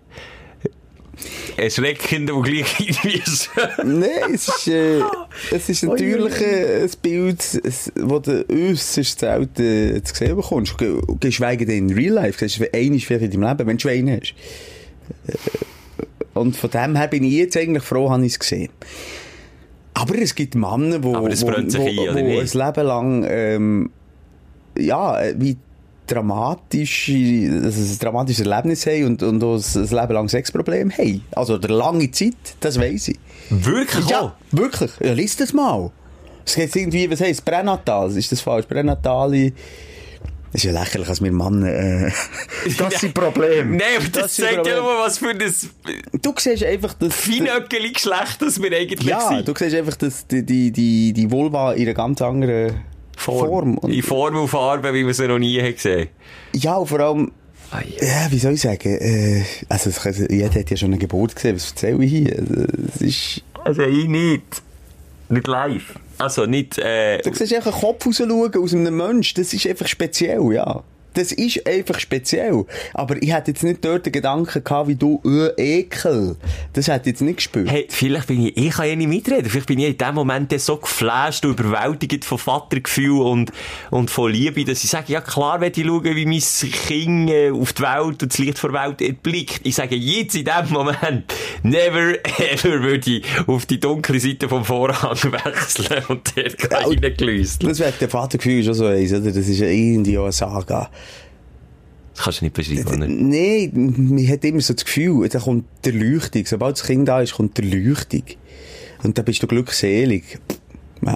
Erschreckend und gleich irgendwie schön. Nein, es ist, äh, es ist natürlich äh, ein Bild, das du äußerst selten äh, zu sehen bekommst. Ge- Geschweige denn in Real Life. Das ist einmal vielleicht in deinem Leben, wenn du einen hast. Äh, Und von dem her bin ich jetzt eigentlich froh, habe ich es gesehen. Aber es gibt Männer, wo, Aber es wo, brennt sich wo, ein, wo oder ein nicht? Leben lang ähm, ja, äh, wie dramatische, also ein dramatisches Erlebnis haben und, und auch ein Leben lang Sexprobleme haben. Also eine lange Zeit, das weiss ich. Wirklich? Ja, auch? wirklich. Ja, lies das mal. Es geht irgendwie, was heisst Pränatal? Ist das falsch? Pränatale... Das ist ja lächerlich, als wir Mann, äh, das sind Probleme. Nein, aber das, sind zeigt ja Probleme. nur, was für ein Du siehst einfach, dass... Feinöckeli-Geschlecht das wir eigentlich Ja, sind. du siehst einfach, dass die, die, die, die Vulva in einer ganz anderen Form. Und, In Form und Farbe, wie wir sie noch nie haben gesehen. ja, und vor allem, Ah, ja. ja, wie soll ich sagen, äh, also, es kann- jeder hat ja schon eine Geburt gesehen, was erzähle ich hier? Also, es ist... Also ich nicht. Nicht live. Also nicht, äh... Du siehst einfach einen Kopf rausschauen aus einem Menschen, das ist einfach speziell, ja. Das ist einfach speziell. Aber ich hätte jetzt nicht dort den Gedanken gehabt, wie du, äh, Ekel. Das hätte ich jetzt nicht gespürt. Hey, vielleicht bin ich, ich kann ja nicht mitreden, vielleicht bin ich in dem Moment so geflasht und überwältigt von Vatergefühl und, und von Liebe, dass ich sage, ja klar will ich schauen, wie mein Kind äh, auf die Welt und das Licht der Welt erblickt. Ich sage jetzt in dem Moment, never ever würde ich auf die dunkle Seite vom Vorhang wechseln und dort Ja, und- reingelöst. Das wäre der Vatergefühl schon so eins, oder? Das ist ja irgendwie auch eine Saga. Das kannst du nicht beschreiben, oder? Nein, man hat immer so das Gefühl, da kommt die Erleuchtung. Sobald das Kind da ist, kommt die Erleuchtung. Und dann bist du glückselig. Nein.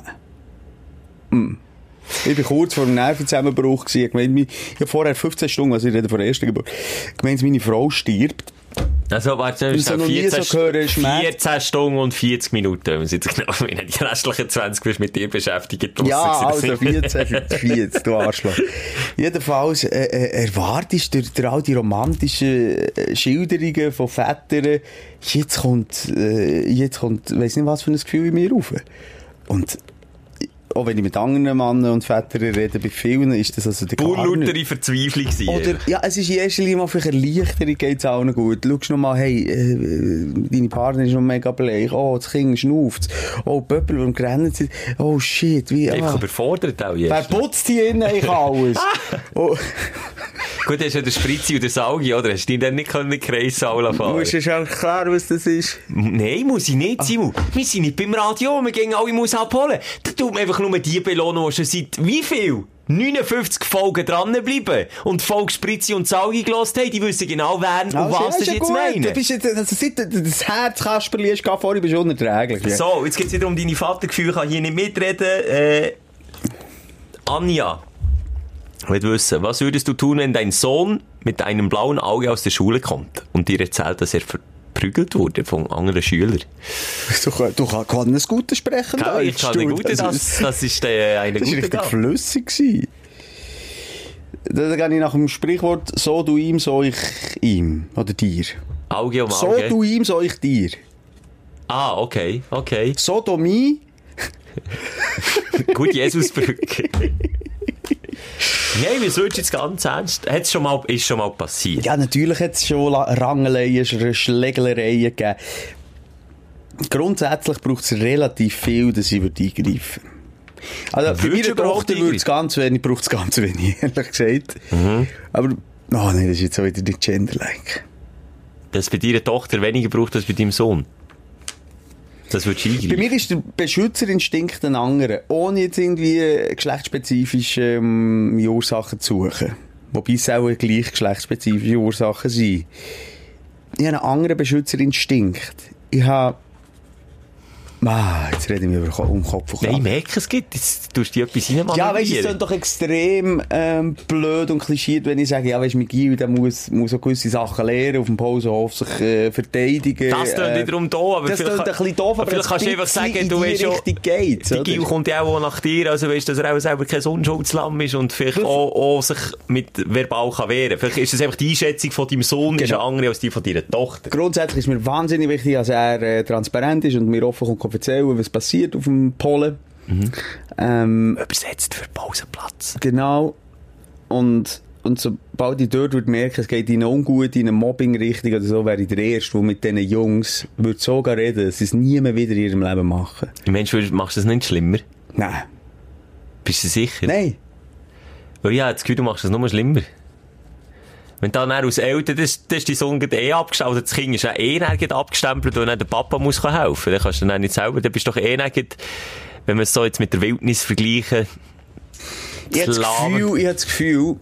Mm. Ich war kurz vor einem Nervenzusammenbruch gewesen. Ich meine, ich habe vorher fünfzehn Stunden, also ich rede von der ersten Geburt, gemeint, meine Frau stirbt. Also, warte, Ich habe noch nie so gehört, Schmerz. vierzehn Stunden und vierzig Minuten, wenn wir jetzt genau meinen. Die restlichen zwanzig bist mit dir beschäftigt. draussen Ja, gewesen. also vierzehn, vierzig, du Arschloch. Jedenfalls äh, äh, erwartest du durch, durch all die romantischen äh, Schilderungen von Vätern, jetzt kommt, äh, jetzt kommt, ich weiss nicht, was für ein Gefühl in mir rauf. Und auch wenn ich mit anderen Männern und Vätern rede, bei vielen ist das also der Pur gar nicht. lautere Verzweiflung gewesen. Oder, ja, es ist in erster Linie mal für Erleichterung geht's allen gut. Schau noch mal, hey, äh, deine Partnerin ist noch mega bleich. Oh, das Kind schnauft. Oh, Pöppel, warum rennen sie? Oh, shit, wie, Einfach ah. überfordert auch jetzt. Wer putzt hier innen eigentlich alles? oh, Gut, hast du ja den Spritzi und den Saugi, oder? Hast du dich dann nicht in den Kreissaal fahren? musst du schon klar, was das ist? Nein, muss ich nicht, Simon. Wir sind nicht beim Radio, wir gehen alle muss abholen. Da tut man einfach nur die belohnen, die schon seit wie viel? neunundfünfzig Folgen dranbleiben und die Folge Spritzi und Saugi gehört haben, die wissen genau, wer und Also, was ja, das ja jetzt gut. meinen. Du bist jetzt, also, seit du das Herzkasperli hast, geh vorher, bist du unerträglich. Ja. So, jetzt geht's wieder um deine Vatergefühle, ich kann hier nicht mitreden. Äh, Anja, ich will wissen, was würdest du tun, wenn dein Sohn mit einem blauen Auge aus der Schule kommt und dir erzählt, dass er verprügelt wurde von anderen Schülern? Du, kann- du kann- kann ein Gutes sprechen. Ja, ich kann eine gute, Also, das, das ist äh, eine Das war gute richtig Gabe. flüssig gewesen. Da gehe ich nach dem Sprichwort, so du ihm, so ich ihm. Oder dir. Auge um So Auge. du ihm, so ich dir. Ah, okay, okay. Sodomie. Gut, Jesusbrücke. Nein, wieso ist jetzt ganz ernst? Hat's schon mal, ist schon mal passiert? Ja, natürlich hat es schon La- Rangeleien, Sch- Schlägelereien gegeben. Grundsätzlich braucht es relativ viel, dass ich würde eingreifen würde. Also, bei Würdest meiner du überhaupt Tochter würde es ganz wenig, braucht es ganz wenig, ehrlich gesagt. Mhm. Aber, oh nein, das ist jetzt auch wieder nicht genderlike. Dass bei deiner Tochter weniger braucht als bei deinem Sohn? Das würdest du Bei eingreifen? mir ist der Beschützerinstinkt ein anderer, ohne jetzt irgendwie geschlechtsspezifische ähm, Ursachen zu suchen. Wobei es auch gleich geschlechtsspezifische Ursachen sind. Ich habe einen anderen Beschützerinstinkt. Ich habe Ah, jetzt rede ich mir über um Kopf und Nein, ich merke, es gibt. Jetzt tust du dir etwas rein. Ja, weißt du, es ist doch extrem ähm, blöd und klischiert, wenn ich sage, ja, weißt du, Miguel, der muss, muss auch gewisse Sachen lernen, auf dem Pausenhof sich äh, verteidigen. Das klingt äh, wiederum doof, aber das vielleicht, klingt ein bisschen doof, aber vielleicht kannst du einfach sagen, du weißt schon, geht, die Gil kommt ja auch nach dir, also weißt du, dass er auch selber kein Unschuldslamm ist und vielleicht auch, auch sich mit verbal kann wehren. Vielleicht ist das einfach die Einschätzung von deinem Sohn, genau. Ist eine andere als die von deiner Tochter. Grundsätzlich ist mir wahnsinnig wichtig, dass er äh, transparent ist und mir offen kann erzählen, was passiert auf dem Polen. Mhm. Ähm, Übersetzt für Pausenplatz. Genau. Und, und sobald ich dort würde merken, es geht in eine ungute, in eine Mobbing-Richtung oder so, wäre ich der Erste, der mit diesen Jungs würde sogar reden, dass sie es nie mehr wieder in ihrem Leben machen. Mensch, machst du das nicht schlimmer? Nein. Bist du sicher? Nein. Weil ja, das Gefühl, du machst das nur schlimmer. Wenn dann aus Eltern, das, das ist die Sohn eh abgestempelt, das Kind ist auch eh abgestempelt, und dann der Papa muss helfen. Dann kannst du dann nicht selber, dann bist du doch eh nicht, wenn wir es so jetzt mit der Wildnis vergleichen. Ich habe das Gefühl, ich habe das Gefühl,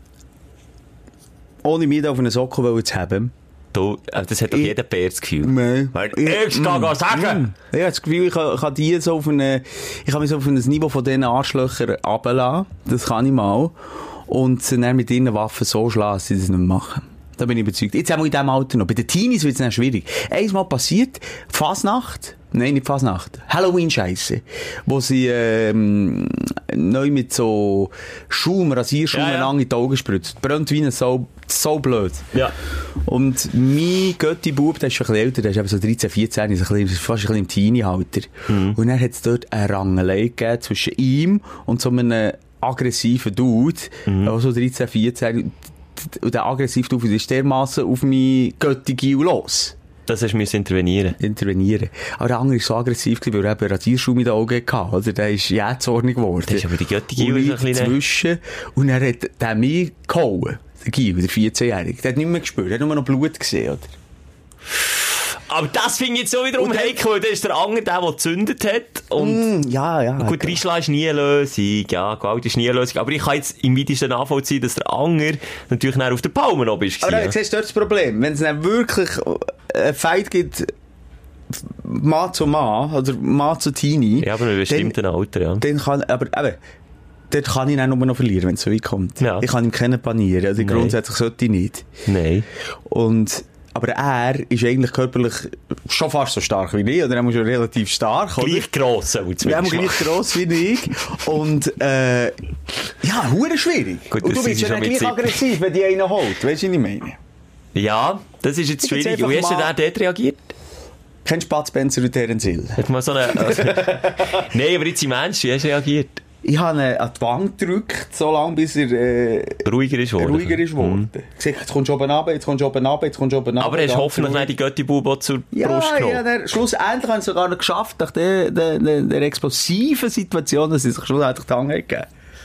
ohne mich da auf einen Sockel zu haben. Du, das hat doch ich, jeder Bär das Gefühl. Nein. Weil ich, ich kann gar sagen. Ich habe das Gefühl, ich kann, kann die so auf eine, ich kann mich so auf ein Niveau von diesen Arschlöchern runterlassen. Das kann ich mal. Und sie dann mit ihren Waffen so schlagen, dass sie das nicht mehr machen. Da bin ich überzeugt. Jetzt haben wir in diesem Alter noch. Bei den Teenies wird es dann schwierig. Einmal passiert, Fasnacht, nein, nicht Fasnacht, Halloween-Scheisse, wo sie ähm, neu mit so Schaum, Rasierschaum ja, ja. in die Augen spritzt. Brennt wie ein so, so blöd. Ja. Und mein Götti-Bub, der ist schon ein bisschen älter, der ist eben so dreizehn, vierzehn, ist ein bisschen, fast ein bisschen im Teenie-Alter. Mhm. Und dann hat es dort eine Rangelei gegeben zwischen ihm und so einem aggressiven Dude, mhm. also dreizehn, vierzehn, und der aggressive Dude ist dermassen auf mich Götti-Gil los. Das hast du müssen intervenieren. Intervenieren. Aber der andere war so aggressiv, weil er eben Rasierschaum in den Augen hatte, oder? Der ist jähzornig geworden. Das ist aber die Götti-Gil ein bisschen zwischen. Und er hat der mich gehauen, der Gil, der vierzehnjährige. Der hat nicht mehr gespürt, er hat nur noch Blut gesehen, oder? Aber das finde ich jetzt so wiederum heikel, weil der ist der andere, der, der gezündet hat. Und mm, ja, ja. Gut, Reinschlagen ist nie eine Lösung. Ja, Gewalt ist nie eine Lösung. Aber ich kann jetzt im weitesten nachvollziehen, dass der Anger natürlich näher auf der Palme oben ist. Aber ja, siehst du dort das Problem? Wenn es dann wirklich einen Fight gibt, Mann zu Mann, oder Mann zu Teenie. Ja, aber in einem bestimmten Alter, ja. Dann kann, aber, aber, dort kann ich dann nur noch verlieren, wenn es so weit kommt. Ja. Ich kann ihm keinen panieren. Also grundsätzlich sollte ich nicht. Nein. Und, aber er ist eigentlich körperlich schon fast so stark wie ich, oder er ist schon relativ stark. Gleich gross, ja, gleich gross wie ich. Und, äh, ja, hure schwierig. Gut, und du bist ja nicht gleich aggressiv, wenn die einen holt. Weißt du, was ich meine? Ja, das ist jetzt schwierig. Wie hast du denn dort reagiert? Kennst du Bud Spencer und Terence Hill? Hat mal so eine, also, nein, aber jetzt im Ernst, wie hast du reagiert? Ich habe ihn an die Wand gedrückt, so lange, bis er äh, ruhiger ist worden. Ruhiger ist worden. Mhm. Gesagt, jetzt kommst du oben runter, jetzt kommst du oben runter, jetzt kommst du oben runter. Aber hast du hoffentlich nicht die Götti-Bube zur ja, Brust genommen? Ja, der, schlussendlich haben sie sogar noch geschafft, nach der, der, der, der explosiven Situation, dass sie sich schlussendlich die Hand gegeben.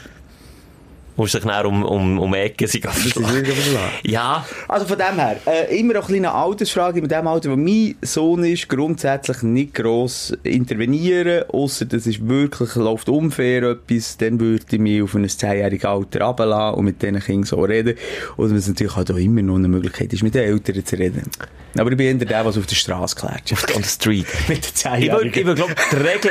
Musst du dich dann um, um, um Ecken sich verschlagen. Ja. Also von dem her, äh, immer auch eine kleine Altersfrage. Mit dem Alter, wo mein Sohn ist, grundsätzlich nicht gross intervenieren, ausser das ist wirklich, läuft unfair etwas, dann würde ich mich auf ein zehnjähriges Alter runterlassen und mit diesen Kindern so reden. Und was natürlich auch da immer noch eine Möglichkeit ist, mit den Eltern zu reden. Aber ich bin eher der, was auf der Straße klärt. On the street. Mit den zehnjährigen. Ich würde, glaube die Regel...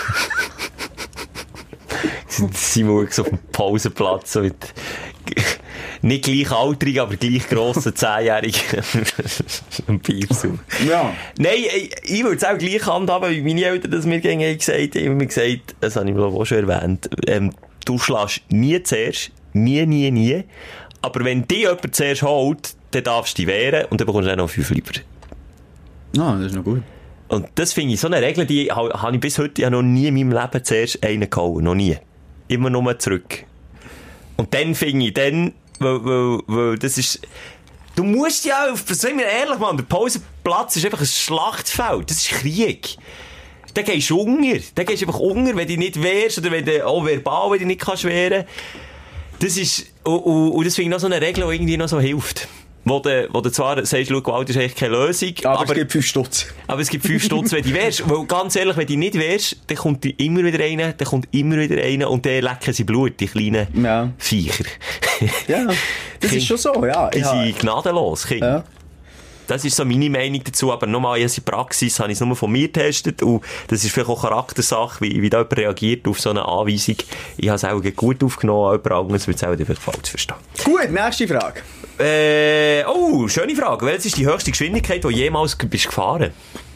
Simon auf dem Pausenplatz so mit nicht gleichaltrigen, aber gleich grossen zehnjährigen ein Bier zu. Ja. Nein, ich, ich würde es auch gleich handhaben, wie meine Eltern das mir gesagt haben. Die haben mir gesagt, das habe ich glaube auch schon erwähnt, ähm, du schlägst nie zuerst, nie, nie, nie. Aber wenn dich jemand zuerst holt, dann darfst du dich wehren und dann bekommst du auch noch fünf lieber. Ah, das ist noch gut. Und das finde ich so eine Regel, die habe ich bis heute ich habe noch nie in meinem Leben zuerst einen gehauen. Noch nie. Immer nur zurück. Und dann finde ich, dann, weil, weil, weil das ist, du musst ja, seien wir ehrlich, Mann, der Pausenplatz ist einfach ein Schlachtfeld. Das ist Krieg. Da gehst du unter. Da gehst du einfach unter, wenn du nicht wehrst, oder wenn du auch verbal, wenn du nicht kannst wehren. Das ist, und, und, und das finde ich noch so eine Regel, die irgendwie noch so hilft. Wo du, wo du zwar sagst, schau, Gewalt ist eigentlich keine Lösung. Aber, aber es gibt fünf Stutz. Aber es gibt fünf Stutz, wenn du wärst. Weil ganz ehrlich, wenn du nicht wärst, dann kommt immer wieder einer, dann kommt immer wieder einer und dann lecken sie Blut, die kleinen ja. Viecher. Ja, das ist schon so, ja. Die ja. sind gnadenlos, Kinder. Ja. Das ist so meine Meinung dazu, aber nochmal, in der Praxis habe ich es nur von mir getestet und das ist vielleicht auch Charaktersache, wie, wie da jemand reagiert auf so eine Anweisung. Ich habe es auch gut aufgenommen, jemand anderes wird es auch vielleicht falsch verstehen. Gut, nächste Frage. Äh, oh, schöne Frage. Welche ist die höchste Geschwindigkeit, die du jemals bist gefahren?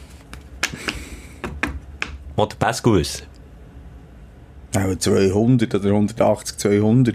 Was der Best gewusst? Ja, zweihundert oder hundertachtzig, zweihundert.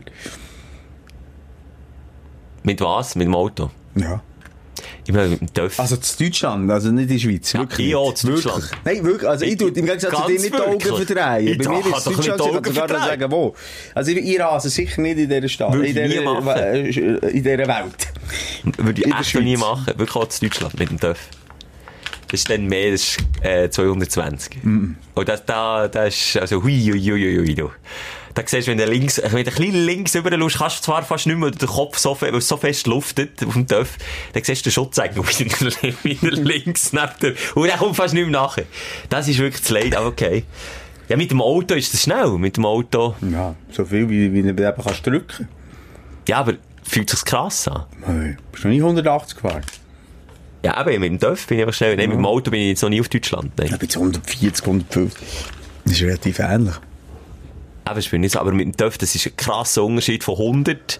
Mit was? Mit dem Auto? Ja. Ich meine, mit dem Töff. Also zu Deutschland, also nicht in der Schweiz. Ja, wirklich ja, nicht. zu Deutschland. Wirklich. Nein, wirklich. Also ich tue im Gegensatz zu dir nicht die Augen wirklich? verdrehen. Ich Bei mir kann ist es doch nicht Deutschland, die ich Augen kann sogar noch verdrehen. sagen, wo. Also ich rase sicher nicht in dieser Stadt. Würde In ich nie dieser, machen. äh, in dieser Welt. Würde ich in der echt nie Schweiz. machen. Wirklich auch zu Deutschland mit dem Töff. Das ist dann mehr, das ist, äh, zweihundertzwanzig. Mm. Und das, da, das ist, also, hui, hui, hui, hui, hui. Da siehst du, wenn du links, wenn du ein bisschen links rüber schaust, kannst du zwar fast nicht mehr, der Kopf so, fe- so fest luftet auf dem Töff, dann siehst du den Schutzzeichen wieder links neben dir. Und der kommt fast nicht mehr nachher. Das ist wirklich zu leid, aber okay. Ja, mit dem Auto ist das schnell, mit dem Auto. Ja, so viel, wie, wie du eben kannst drücken. Ja, aber fühlt sich krass an. Hey, bist du noch nie hundertachtzig gefahren? Ja, aber mit dem Töff bin ich einfach schnell. Nein, mit dem Auto bin ich jetzt noch nie auf Deutschland. Nein. Ich bin jetzt hundertvierzig, hundertfünfzig. Das ist relativ ähnlich. Aber ich bin nicht so, aber mit dem Töff, das ist ein krasser Unterschied von hundert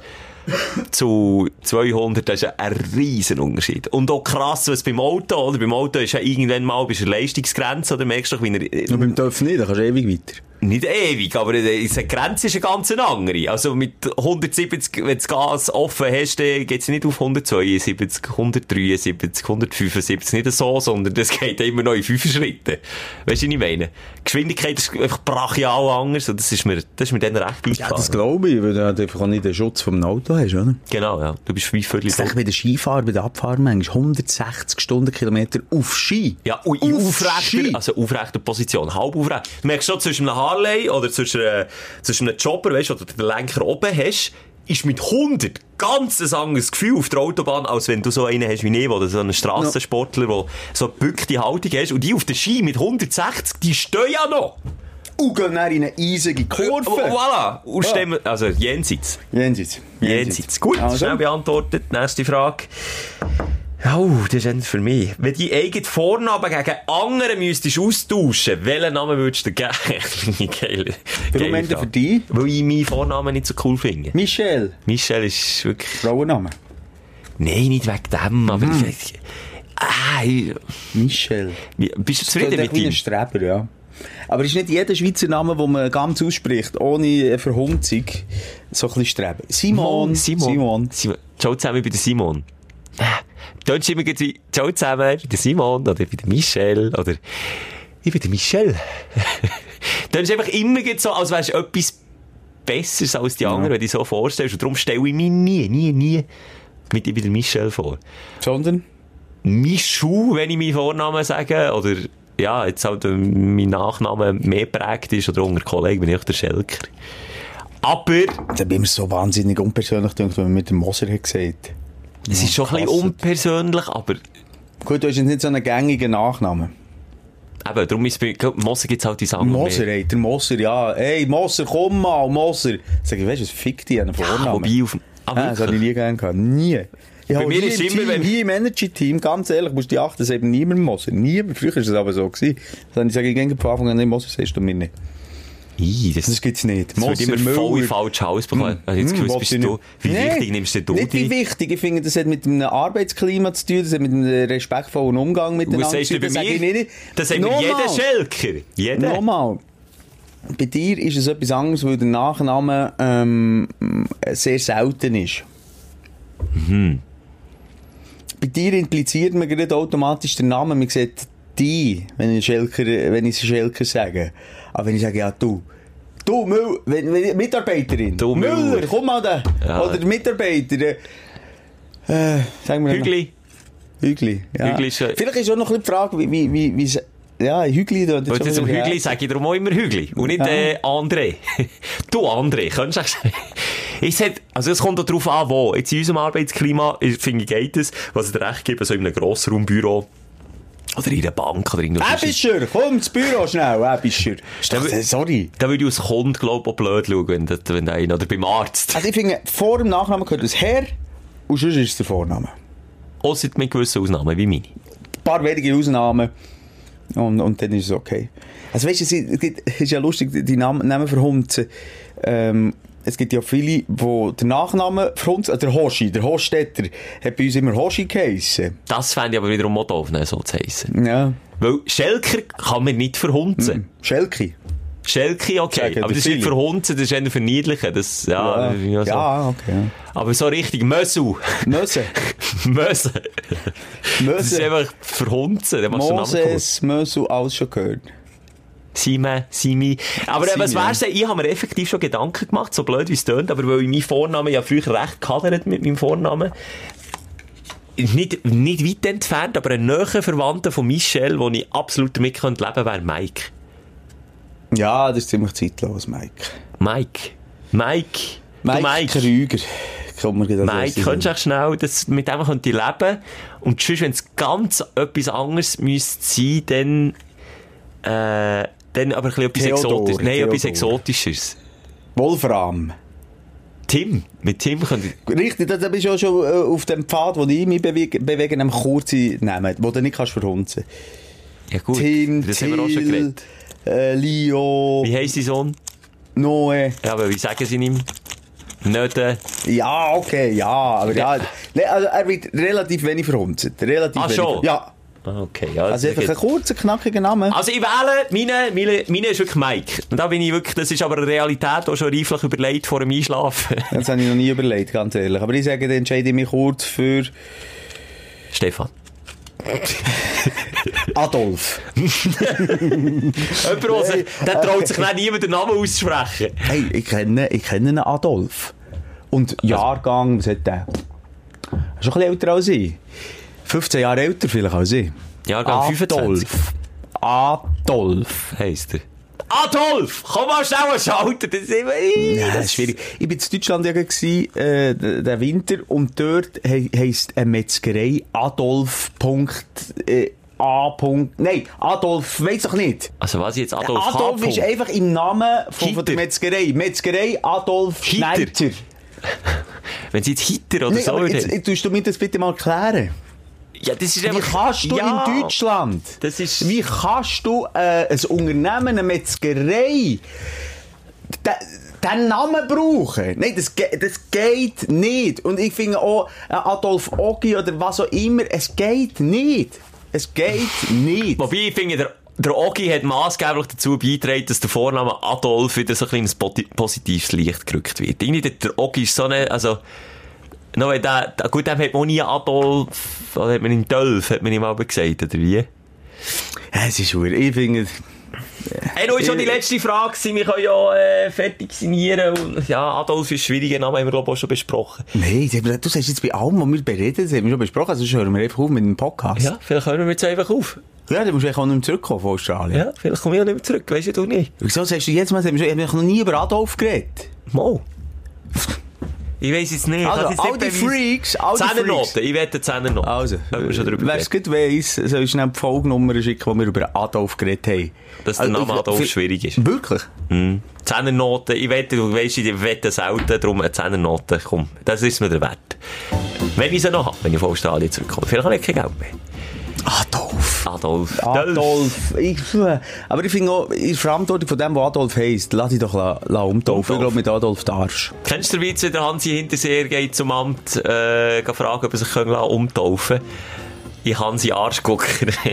zu zweihundert, das ist ein riesen Unterschied. Und auch krass, was beim Auto, oder? Beim Auto ist ja irgendwann mal bei der Leistungsgrenze, oder merkst du, wie er... Und beim Töff nicht, da kannst du ewig weiter. Nicht ewig, aber die Grenze ist eine ganz andere. Also mit hundertsiebzig, wenn du das Gas offen hast, dann geht es nicht auf hundertzweiundsiebzig, hundertdreiundsiebzig, hundertfünfundsiebzig, nicht so, sondern das geht immer noch in fünf Schritten. Weißt du, was ich meine? Die Geschwindigkeit ist einfach brachial anders und das ist mir, das ist mir dann recht eingefahren. Ja, das glaube ich, weil du halt einfach auch nicht den Schutz vom Auto hast, oder? Genau, ja. Du bist wie völlig... Das ist bei den Skifahrern, bei den Abfahrern manchmal hundertsechzig Stundenkilometer auf Ski. Ja, und in Auf aufrechter, Ski. also aufrechter Position, halb aufrecht. Du merkst schon, zwischen einem Harley oder zwischen, äh, zwischen einem Chopper, weißt du, wo du den Lenker oben hast, ist mit hundert ganz ein anderes Gefühl auf der Autobahn, als wenn du so einen hast wie ich, oder so einen Strassensportler, der so eine gebückte Haltung hast. Und die auf der Ski mit hundertsechzig, die stehen ja noch. Und gehen dann in eine eisige Kurve. Voilà. Und Ja. stemmen, also jenseits. Jenseits. Jenseits. Gut, Also. schnell beantwortet. Nächste Frage. Oh, das ist für mich. Wenn die eigenen Vornamen gegen andere müsstest austauschen, welchen Namen würdest du dir geben? Geil. Warum Geile haben Frage. für dich? Weil ich meinen Vornamen nicht so cool finde. Michel. Michel ist wirklich... Frauenname. Nein, nicht wegen dem, aber... Hm. Ich, ah, ich, Michel. bist du Das zufrieden ist mit ein ihm? Streber, ja. Aber ist nicht jeder Schweizer Name, den man ganz ausspricht, ohne Verhunzung, so ein bisschen Streben. Simon. Simon. Simon. Simon. Ciao zusammen bei der Simon. Du hast immer gesagt, ciao zusammen bei der Simon oder bei der Michelle oder ich bin der Michelle. Du hast einfach immer so, als wärst du etwas Besseres als die anderen, wenn du dich so vorstellst. Und darum stelle ich mich nie, nie, nie mit ich bin der Michelle vor. Sondern? Michu, wenn ich meinen Vornamen sage, oder ja, jetzt halt äh, mein Nachname mehr prägt ist, oder unter Kollegen bin ich auch der Schelker. Aber Da bin ich mir so wahnsinnig unpersönlich gedacht, wenn man mit dem Moser hat gesagt. es ist schon ein bisschen Klasse. unpersönlich, aber Gut, du hast jetzt nicht so einen gängigen Nachnamen. eben, darum ist es bei Moser gibt's halt die Sachen Moser, ey, der Moser, ja. Hey, Moser, komm mal, Moser. Sag ich, weißt du, was fickt die einen Ja, Vornamen? wobei auf dem... Ah, Ah, das habe ich wirklich? nie gern gehabt. Nie. Ja, Bei mir hier ist im immer, Team, wenn- hier im Energy-Team, ganz ehrlich, musst du die achten, es eben niemand Moser. Niemand. Früher war es aber so gewesen. Dann sage ich, ich von Anfang an nicht, Moser sagst du mir nicht. Ih, das, Das gibt's nicht. das wird immer voll in falsch Haus bekommen. Also jetzt gewusst bist du, wie wichtig nimmst du Nicht wie die? wichtig. Ich finde, das hat mit einem Arbeitsklima zu tun, das hat mit einem respektvollen Umgang miteinander Was sagst zu du tun. bei Das sage ich mir? nicht. Das sagt mir Nochmal. jeder Schelker. Jeder. Nochmal. Bei dir ist es etwas anderes, weil der Nachname ähm, sehr selten ist. Mhm. Bei dir impliziert man gerade automatisch den Namen. Man sieht die, wenn ich Schelker, wenn ich Schelker sage. Aber wenn ich sage, ja, du. Du, Müll, wenn, wenn, Mitarbeiterin. Du, Müller, Müller. komm mal da. Ja. Oder Mitarbeiter. Äh, sagen wir Hügli. Hügli. Ja. Hügli ist, äh, Vielleicht ist auch noch ein bisschen die Frage, wie, wie, wie, wie ja, Hügli, da, Und jetzt zum Hügli sage ich darum auch immer Hügli. Und nicht Ja. äh, André. Du, André, könntest du echt sagen. Ich sag, also es kommt auch darauf an, wo. Jetzt in unserem Arbeitsklima, ich finde ich, geht es, was es dir recht gibt, so in einem Grossraumbüro. Oder in einer Bank oder irgendwo. Äbischer, komm ins Büro schnell, Äbischer. Da- Sorry. Da würde ich als Kunde, glaube ich, auch blöd schauen, wenn, das- wenn einer, oder beim Arzt. Also ich finde, vor dem Nachnamen gehört das Herr und sonst ist es der Vorname. Ausser mit gewissen Ausnahmen, wie meine. Ein paar wenige Ausnahmen. Und, und dann ist es okay. Also weißt du, es ist, es ist ja lustig, die Namen, Namen verhunzen. Ähm, es gibt ja viele, die den Nachnamen verhunzen. Der Hoshi, der Hostetter, hat bei uns immer Hoshi geheissen. Das fände ich aber wiederum auch doof, so zu heissen. Ja. Weil Schelker kann man nicht verhunzen. Mm. Schelki. Schelki, okay. Sagen, aber das ist nicht verhunzen, das ist eher verniedlichen. Das, ja, ja, ja, so. ja, okay. Ja. Aber so richtig Mösu. Möse. Möse. Möse. Das ist einfach verhunzen. Moses, Mösu, alles schon gehört. Sime, Simi. Aber Simi, was wär's denn? Ich habe mir effektiv schon Gedanken gemacht, so blöd wie es tönt, aber weil ich meinen Vornamen ja früher recht gehadert mit meinem Vornamen. Nicht, nicht weit entfernt, aber ein näher Verwandter von Michel, wo ich absolut damit leben könnte, wäre Mike. Ja, das ist ziemlich zeitlos, Mike. Mike. Mike. Mike, Mike. Krüger. Mike, könntest du echt schnell, das, mit dem könnte ich leben. Und sonst, wenn es ganz etwas anderes müsste sein, dann, äh, dann aber ein bisschen etwas Theodor, Exotisches. Nein, Theodor. etwas Exotisches. Wolfram. Tim. Mit Tim könnte ich... Richtig, da, da bist du auch schon äh, auf dem Pfad, wo ich mich bewege, bewege einem kurzen Namen, wo du nicht kannst verhunzen. Ja gut, Tim, das Till, haben wir auch schon geredet. Äh, Leo, Wie heisst dein Sohn? Noe. Ja, aber wie sagen sie ihm? Nöde. Ja, okay, ja, aber ja. Nee, also er wird relativ wenig verhunzen. Relativ Ah, wenig. schon? Ja. Ah, okay. Ja, Also einfach ein kurzer, knackiger Name. Also ich wähle, meine, meine, meine ist wirklich Mike. Und da bin ich wirklich, das ist aber eine Realität, die schon reiflich überlegt vor dem Einschlafen. Das habe ich noch nie überlegt, ganz ehrlich. Aber ich sage, dann entscheide ich mich kurz für Stefan. Adolf. Jemand, der sich, der traut sich nicht niemand den Namen auszusprechen. Hey, ich kenne, ich kenne einen Adolf. Und Jahrgang, was hat der? Schon ein bisschen älter als ich. fünfzehn Jahre älter vielleicht als ich. Jahrgang fünfundzwanzig. Adolf. Heisst er. Adolf! Komm mal schnell schalten! Das ist immer... Ja, das ist schwierig. Ich war in Deutschland ja gewesen, äh, den Winter, und dort he heisst eine Metzgerei Adolf. Äh, A. Nein, Adolf, weiss doch nicht. Also was jetzt Adolf H. Adolf ist einfach im Namen von, von der Metzgerei. Metzgerei Adolf Schneider. Wenn sie jetzt Hitter oder Nee, so... aber Jetzt, jetzt, tust du mir das bitte mal erklären? Ja, das ist Wie einfach... kannst du ja, in Deutschland, das ist... wie kannst du äh, ein Unternehmen, eine Metzgerei, den, den Namen brauchen? Nein, das, ge das geht nicht. Und ich finde auch, äh, Adolf Ogi oder was auch immer, es geht nicht. Es geht nicht. Wobei, ich finde, der, der Ogi hat maßgeblich dazu beigetragen, dass der Vorname Adolf wieder so ein kleines positives Licht gerückt wird. Irgendwie, der Ogi ist so eine, also, no, der, gut, dem hat man nie Adolf, oder hat man ihm Dolf, hat man ihm aber gesagt, oder wie? Ja, es ist schwer. Ich finde... Hey, noch ist schon die letzte Frage gewesen. Wir können ja äh, fertig signieren. Und, ja, Adolf ist ein schwieriger Name, haben wir glaube ich auch schon besprochen. Nein, du sagst jetzt bei allem, was wir bereden, das haben wir schon besprochen, also hören wir einfach auf mit dem Podcast. Ja, vielleicht hören wir jetzt einfach auf. Ja, dann musst du auch nicht mehr zurückkommen von Australien. Ja, vielleicht komme ich auch nicht mehr zurück, weisst du nicht. Wieso sagst du jetzt mal, ich habe noch nie über Adolf geredet? Mal. Ich weiss jetzt nicht. Also, jetzt all nicht die Freaks, all die Freaks. Zehnernoten, ich wette Zehnernoten. Also, wer es gut weiss, soll ich schnell die Folgenummer schicken, wo wir über Adolf geredet haben. Dass der Name Adolf für, schwierig ist. Wirklich? Mhm. Zehnernoten, ich wette, du weisst, ich wette selten, darum eine Zehnernoten, komm, das ist mir der Wert. Wenn ich sie noch habe, wenn ich von Australien zurückkomme. Vielleicht habe ich kein Geld mehr. Adolf. Adolf. Adolf. Ich, aber ich finde auch, in der Verantwortung von dem, was Adolf heisst, lass dich doch la, la umtaufen. Ich glaube, mit Adolf Darsch. Kennst du den Witz, wenn der Hansi Hinterseher geht zum Amt, äh, fragen, ob er sich umtaufen kann? Ich Hansi Arschgucker.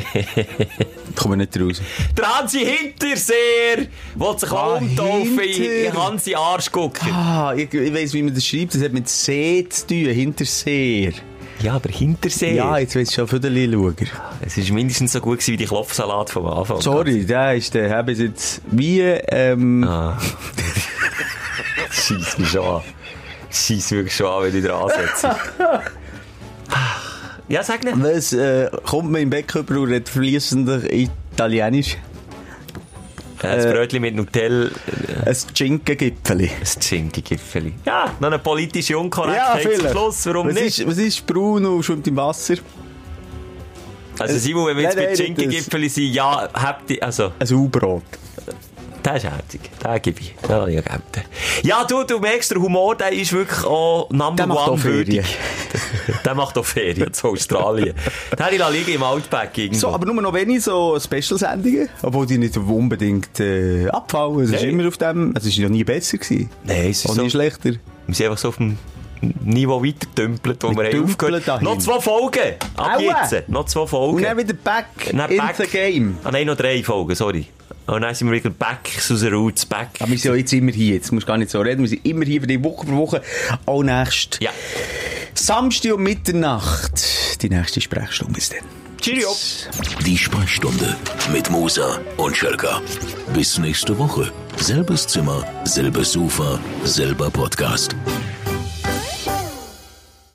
Kommen nicht raus. Der Hansi Hinterseher will sich ah, umtaufen. Hinter. Ich Hansi Arschgucker. Ah, ich, ich weiss, wie man das schreibt. Das hat mit See zu tun. Hinterseher. Ja, aber Hinterseher. Ja, jetzt weiss ich schon für den Lilluger. Es war mindestens so gut wie die Klopfsalat vom Anfang. Sorry, der ist der, habe ich jetzt wie, ähm... Ah. Scheiss mich schon an. Scheiss wirklich schon an, wenn ich dran setze. Ja, sag nicht. Was, äh, kommt man im Bäckkörper und redet fließend Italienisch? Ein äh, Brötchen mit Nutella. Äh, ein Schinken-Gipfeli. Ein Schinken-Gipfeli. Ja, noch eine politische Unkorrektheit ja, zum Schluss. Warum was nicht? Ist, was ist braun und schwimmt im Wasser? Also Simon, wenn wir jetzt bei Schinken-Gipfeli sind, ja, habt ihr, also... Ein U-Brot. Das ist herzig. Das gebe ich. Das habe ich gelten. Ja, du, du merkst, der Humor, der ist wirklich auch number one würdig. Der macht auch Ferien zu Australien. Der hat ich liegen im Outback irgendwo. So, aber nur noch wenig so Special-Sendungen, obwohl die nicht unbedingt äh, abfallen. Es ist Nein. immer auf dem, es ist noch nie besser gewesen. Nein, es ist Und so, nie schlechter. wir sind einfach so auf dem Niveau weitertümpelt, wo Wir wir haben dümpeln aufgehört. dahin. Noch zwei Folgen! Ab Aua. jetzt! Noch zwei Folgen. Und dann wieder back Dann in back. the game. Ah nein, noch drei Folgen, sorry. Und dann sind wir wieder back zu den Roots, back. Aber wir sind ja jetzt immer hier. Jetzt musst du gar nicht so reden. Wir sind immer hier für dich Woche für Woche. Auch nächst Ja. Samstag um Mitternacht. Die nächste Sprechstunde. Bis dann. Cheerio! Die Sprechstunde mit Musa und Schelka. Bis nächste Woche. Selbes Zimmer, selbes Sofa, selber Podcast.